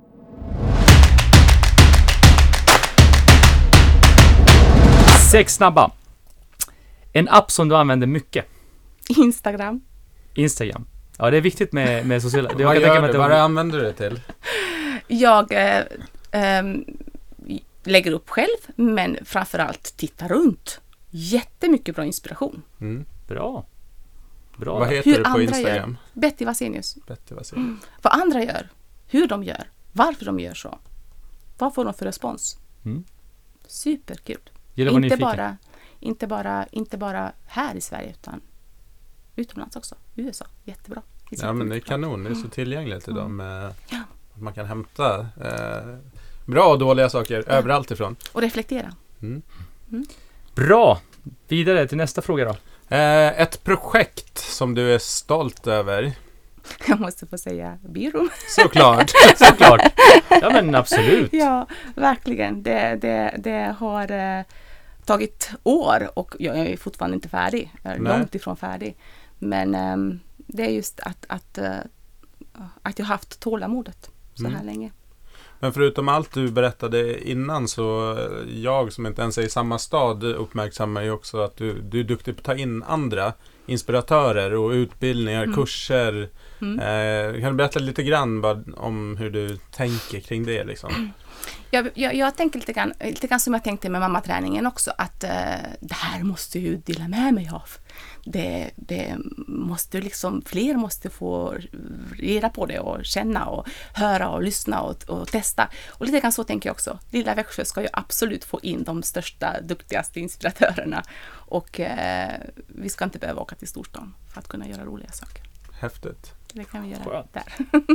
S1: Sex snabba. En app som du använder mycket.
S3: Instagram.
S1: Instagram. Ja, det är viktigt med, med sociala... Det
S2: Vad gör du? Vad använder du det till?
S3: Jag eh, eh, lägger upp själv, men framförallt tittar runt. Jättemycket bra inspiration.
S1: Mm. Bra. Bra.
S2: Vad heter
S3: hur
S2: du på Instagram?
S3: Gör. Betty Vasenius.
S2: Betty Vasenius. Mm.
S3: Vad andra gör. Hur de gör. Varför de gör så. Vad får de för respons? Mm. Superkul. Inte bara, inte, bara, inte bara här i Sverige utan utomlands också. U S A. Jättebra.
S2: Ja, men det är kanon. Det är så tillgängligt idag med ja. Att man kan hämta eh, bra och dåliga saker ja. Överallt ifrån.
S3: Och reflektera. Mm.
S1: Mm. Bra. Vidare till nästa fråga då.
S2: Eh, ett projekt som du är stolt över.
S3: Jag måste få säga Birum.
S2: Såklart.
S1: Såklart. Ja, men absolut.
S3: Ja, verkligen. Det, det, det har eh, tagit år och jag är fortfarande inte färdig. Jag är Nej. långt ifrån färdig. Men eh, det är just att, att, uh, att jag har haft tålamodet så här mm. länge.
S2: Men förutom allt du berättade innan så jag som inte ens är i samma stad uppmärksammar ju också att du, du är duktig på att ta in andra inspiratörer och utbildningar, mm. kurser. Mm. Eh, kan du berätta lite grann bara om hur du tänker kring det liksom?
S3: Jag, jag, jag tänker lite grann, lite grann som jag tänkte med mammaträningen också, att eh, det här måste ju dela med mig av. Det, det måste liksom, fler måste få reda på det och känna och höra och lyssna och, och testa. Och lite grann så tänker jag också. Lilla Växjö ska ju absolut få in de största, duktigaste inspiratörerna. Och eh, vi ska inte behöva åka till storstan för att kunna göra roliga saker.
S2: Häftigt.
S3: Det kan vi göra Skönt. Där.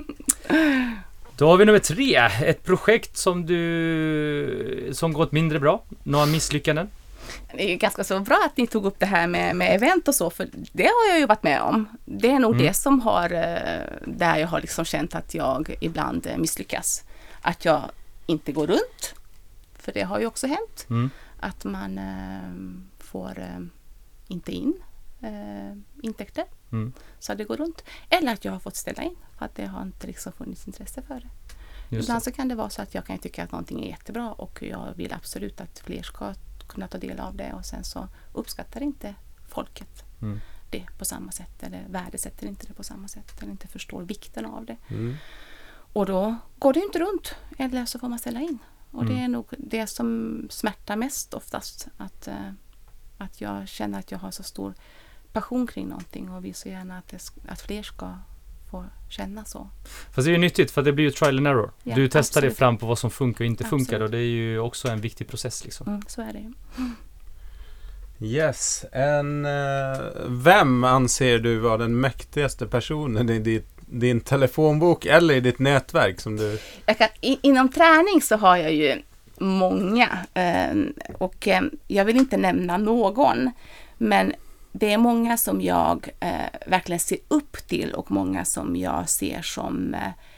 S1: Då har vi nummer tre. Ett projekt som du som gått mindre bra. Några misslyckanden.
S3: Det är ganska så bra att ni tog upp det här med, med event och så, för det har jag ju varit med om. Det är nog mm. det som har, där jag har liksom känt att jag ibland misslyckas. Att jag inte går runt, för det har ju också hänt. Mm. Att man äh, får äh, inte in äh, intäkter, mm. så att det går runt. Eller att jag har fått ställa in, för att det har inte liksom funnits intresse för det. Just ibland det. Så kan det vara så att jag kan tycka att någonting är jättebra och jag vill absolut att fler ska kunna ta del av det, och sen så uppskattar inte folket mm. det på samma sätt, eller värdesätter inte det på samma sätt, eller inte förstår vikten av det. Mm. Och då går det inte runt, eller så får man ställa in. Och mm. det är nog det som smärtar mest oftast, att, äh, att jag känner att jag har så stor passion kring någonting och vill så gärna att, det, att fler ska få känna så.
S1: Fast det är ju nyttigt, för det blir ju trial and error. Ja, du testar absolut. Det fram på vad som funkar och inte absolut. Funkar, och det är ju också en viktig process liksom.
S3: Mm, så är det ju. Mm.
S2: Yes, en, uh, vem anser du var den mäktigaste personen i ditt, din telefonbok eller i ditt nätverk som du...
S3: Jag kan, i, inom träning så har jag ju många eh, och eh, jag vill inte nämna någon, men det är många som jag eh, verkligen ser upp till och många som jag ser som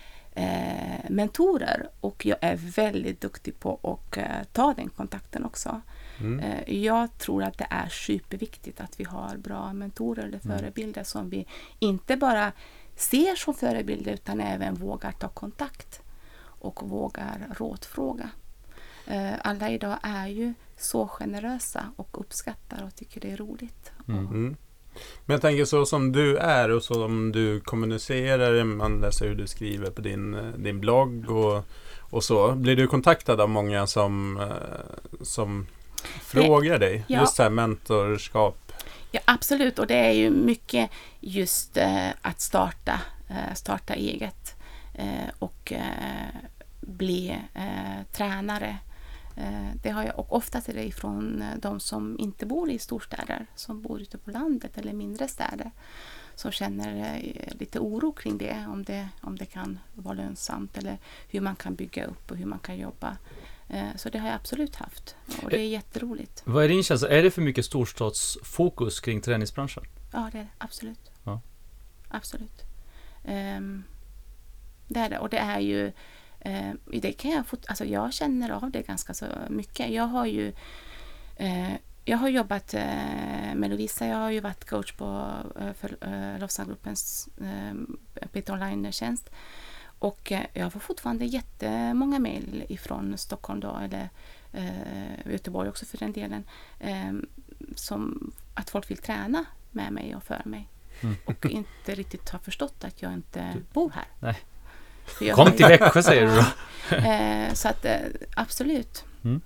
S3: eh, mentorer, och jag är väldigt duktig på att eh, ta den kontakten också. Mm. Eh, jag tror att det är superviktigt att vi har bra mentorer eller förebilder mm. som vi inte bara ser som förebilder utan även vågar ta kontakt och vågar rådfråga. Eh, alla idag är ju så generösa och uppskattar och tycker det är roligt.
S2: Mm. Mm. Men jag tänker så som du är och så som du kommunicerar, man läser hur du skriver på din, din blogg och, och så. Blir du kontaktad av många som, som frågar dig?
S3: Ja.
S2: Just så här mentorskap.
S3: Ja, absolut. Och det är ju mycket just eh, att starta, eh, starta eget eh, och eh, bli eh, tränare. Det har jag, och ofta är det ifrån de som inte bor i storstäder, som bor ute på landet eller mindre städer, som känner lite oro kring det, om det, om det kan vara lönsamt eller hur man kan bygga upp och hur man kan jobba. Så det har jag absolut haft, och det är jätteroligt.
S1: Vad är din känsla? Är det för mycket storstadsfokus kring träningsbranschen?
S3: Ja, det är det. Absolut.
S1: Ja.
S3: Absolut. Um, det är det, och det är ju Eh, det kan jag, fot- alltså jag känner av det ganska så mycket. Jag har ju eh, jag har jobbat eh, med Lovisa, jag har ju varit coach på eh, för eh, Lovsagruppens eh, P T online-tjänst, och eh, jag får fortfarande jättemånga mejl ifrån Stockholm då, eller eh, Göteborg också för den delen, eh, som att folk vill träna med mig och för mig mm. och inte riktigt har förstått att jag inte bor här.
S1: Nej. Kom till Växjö, säger du då.
S3: eh, så att eh, absolut.
S1: Mm.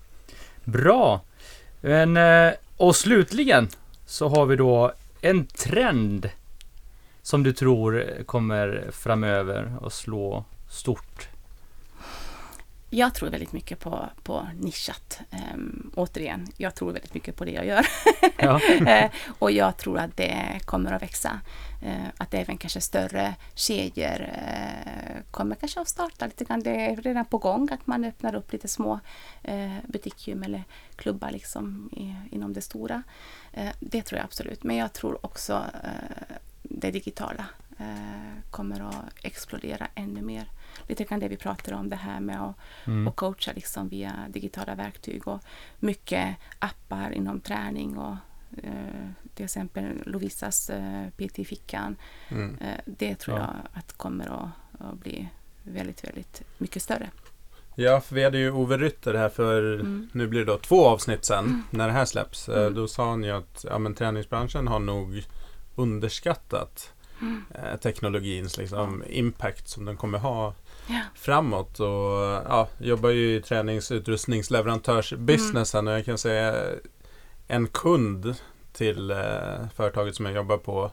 S1: Bra. Men, eh, och slutligen så har vi då en trend som du tror kommer framöver och slå stort.
S3: Jag tror väldigt mycket på, på nischat. Um, återigen, jag tror väldigt mycket på det jag gör. Ja. uh, och jag tror att det kommer att växa. Uh, att även kanske större kedjor uh, kommer kanske att starta lite grann. Det är redan på gång att man öppnar upp lite små uh, butiksgym eller klubbar liksom i, inom det stora. Uh, det tror jag absolut. Men jag tror också uh, det digitala uh, kommer att explodera ännu mer. Lite grann det vi pratar om, det här med att mm. och coacha liksom via digitala verktyg och mycket appar inom träning och eh, till exempel Lovisas eh, P T i fickan. Mm. Eh, det tror ja. jag att kommer att, att bli väldigt, väldigt mycket större.
S2: Ja, för vi hade ju Ove Rytter här för, mm. nu blir det då två avsnitt sen mm. när det här släpps. Mm. Då sa han ju att ja, men träningsbranschen har nog underskattat Mm. teknologins liksom, mm. impact som den kommer ha
S3: Ja.
S2: framåt. Och ja, jobbar ju i träningsutrustningsleverantörsbusinessen mm. och jag kan säga en kund till eh, företaget som jag jobbar på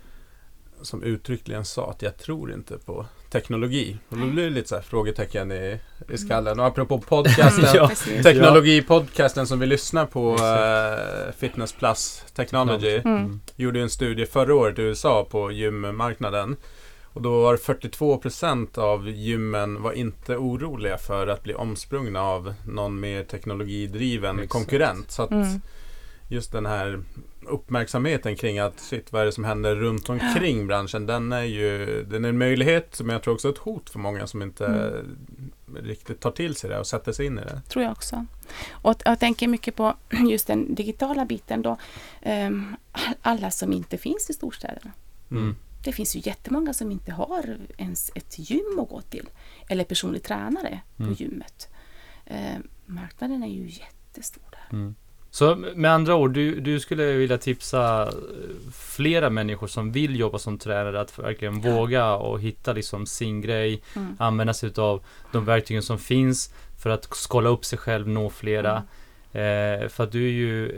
S2: som uttryckligen sa att jag tror inte på teknologi. Och då blir det lite så här frågetecken i, i skallen. Och apropå podcasten, ja, teknologipodcasten som vi lyssnar på, uh, Fitness Plus Technology, mm. gjorde en studie förra året i U S A på gymmarknaden. Och då var fyrtiotvå procent av gymmen var inte oroliga för att bli omsprungna av någon mer teknologidriven Exakt. konkurrent. Så att mm. just den här uppmärksamheten kring att shit, vad är det som händer runt omkring branschen, den är ju den är en möjlighet, men jag tror också ett hot för många som inte mm. riktigt tar till sig det och sätter sig in i det.
S3: Tror jag också. Och jag tänker mycket på just den digitala biten då. Um, alla som inte finns i storstäderna. Mm. Det finns ju jättemånga som inte har ens ett gym att gå till. Eller personlig tränare mm. på gymmet. Uh, marknaden är ju jättestor där.
S1: Mm. Så med andra ord, du, du skulle vilja tipsa flera människor som vill jobba som tränare att verkligen ja. våga och hitta liksom sin grej, mm. använda sig av de verktygen som finns för att skala upp sig själv, nå flera. Mm. Eh, för att du är ju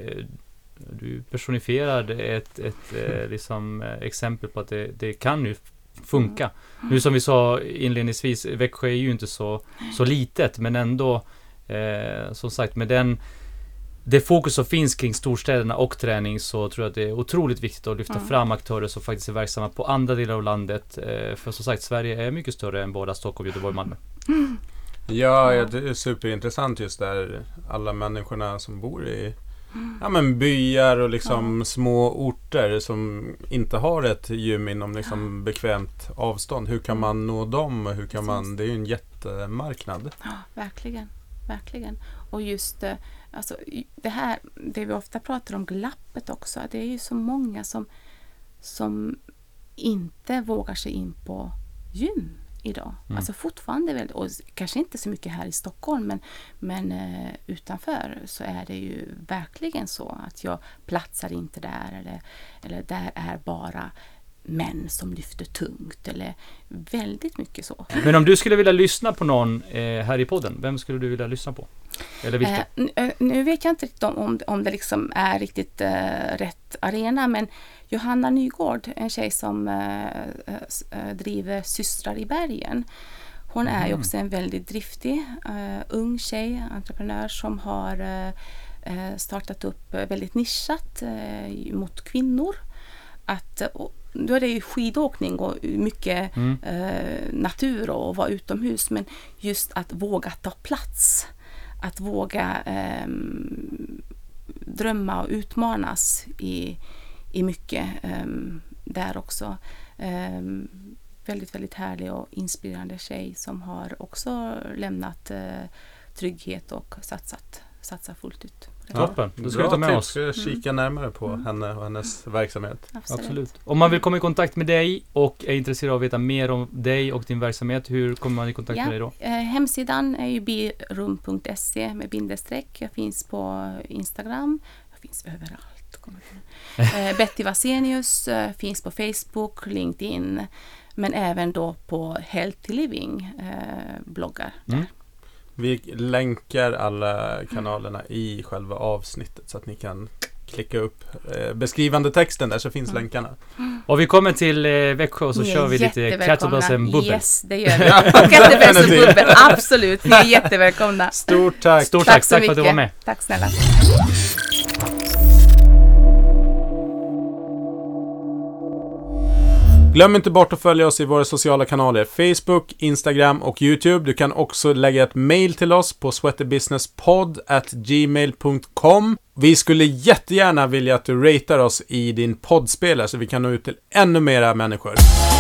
S1: du personifierar ett, ett eh, liksom, exempel på att det, det kan ju funka. Mm. Nu som vi sa inledningsvis, Växjö är ju inte så, så litet, men ändå eh, som sagt med den det fokus som finns kring storstäderna och träning, så tror jag att det är otroligt viktigt att lyfta mm. fram aktörer som faktiskt är verksamma på andra delar av landet. Eh, för som sagt, Sverige är mycket större än båda Stockholm, Göteborg och Malmö.
S2: Mm. Ja, ja, det är superintressant just där alla människorna som bor i ja, men byar och liksom ja. små orter som inte har ett gym inom liksom bekvämt avstånd. Hur kan man nå dem? Hur kan man, det är ju en jättemarknad.
S3: Ja, verkligen. Verkligen. Och just alltså, det här, det vi ofta pratar om, glappet också, det är ju så många som, som inte vågar sig in på gym idag. Mm. Alltså fortfarande väl, och kanske inte så mycket här i Stockholm, men, men uh, utanför så är det ju verkligen så att jag platsar inte där, eller, eller där är bara män som lyfter tungt, eller väldigt mycket så.
S1: Men om du skulle vilja lyssna på någon eh, här i podden, vem skulle du vilja lyssna på? Eller vilka?
S3: Eh, nu, nu vet jag inte riktigt om, om det liksom är riktigt eh, rätt arena, men Johanna Nygård, en tjej som eh, eh, driver Systrar i bergen. Hon mm. är ju också en väldigt driftig, eh, ung tjej, entreprenör som har eh, startat upp väldigt nischat eh, mot kvinnor. Att och, då är det ju skidåkning och mycket mm. eh, natur och vara utomhus, men just att våga ta plats, att våga eh, drömma och utmanas i, i mycket eh, där också. Eh, väldigt, väldigt härlig och inspirerande tjej som har också lämnat eh, trygghet och satsat, satsat fullt ut.
S1: Ja, toppen, då ska vi ta med oss.
S2: Ska kika mm. närmare på mm. henne och hennes verksamhet.
S3: Absolut.
S1: Absolut. Om man vill komma i kontakt med dig och är intresserad av att veta mer om dig och din verksamhet, hur kommer man i kontakt
S3: ja,
S1: med dig då?
S3: Eh, hemsidan är ju birum punkt se med bindestreck. Jag finns på Instagram. Jag finns överallt. eh, Betty Vasenius eh, finns på Facebook, LinkedIn, men även då på Healthy Living eh, bloggar. Mm.
S2: Vi länkar alla kanalerna i själva avsnittet så att ni kan klicka upp eh, beskrivande texten där, så finns mm. länkarna.
S1: Och vi kommer till eh, Växjö och så kör vi lite kettlebells and bubbel.
S3: Yes, det gör vi. Kettlebells and bubbel, absolut. Ni är jättevälkomna.
S2: Stort tack.
S1: Stort tack, tack, tack för att du var med.
S3: Tack snälla.
S2: Glöm inte bort att följa oss i våra sociala kanaler Facebook, Instagram och YouTube. Du kan också lägga ett mail till oss på sweaterbusinesspodd at gmail punkt com. Vi skulle jättegärna vilja att du ratear oss i din poddspelare så vi kan nå ut till ännu mera människor.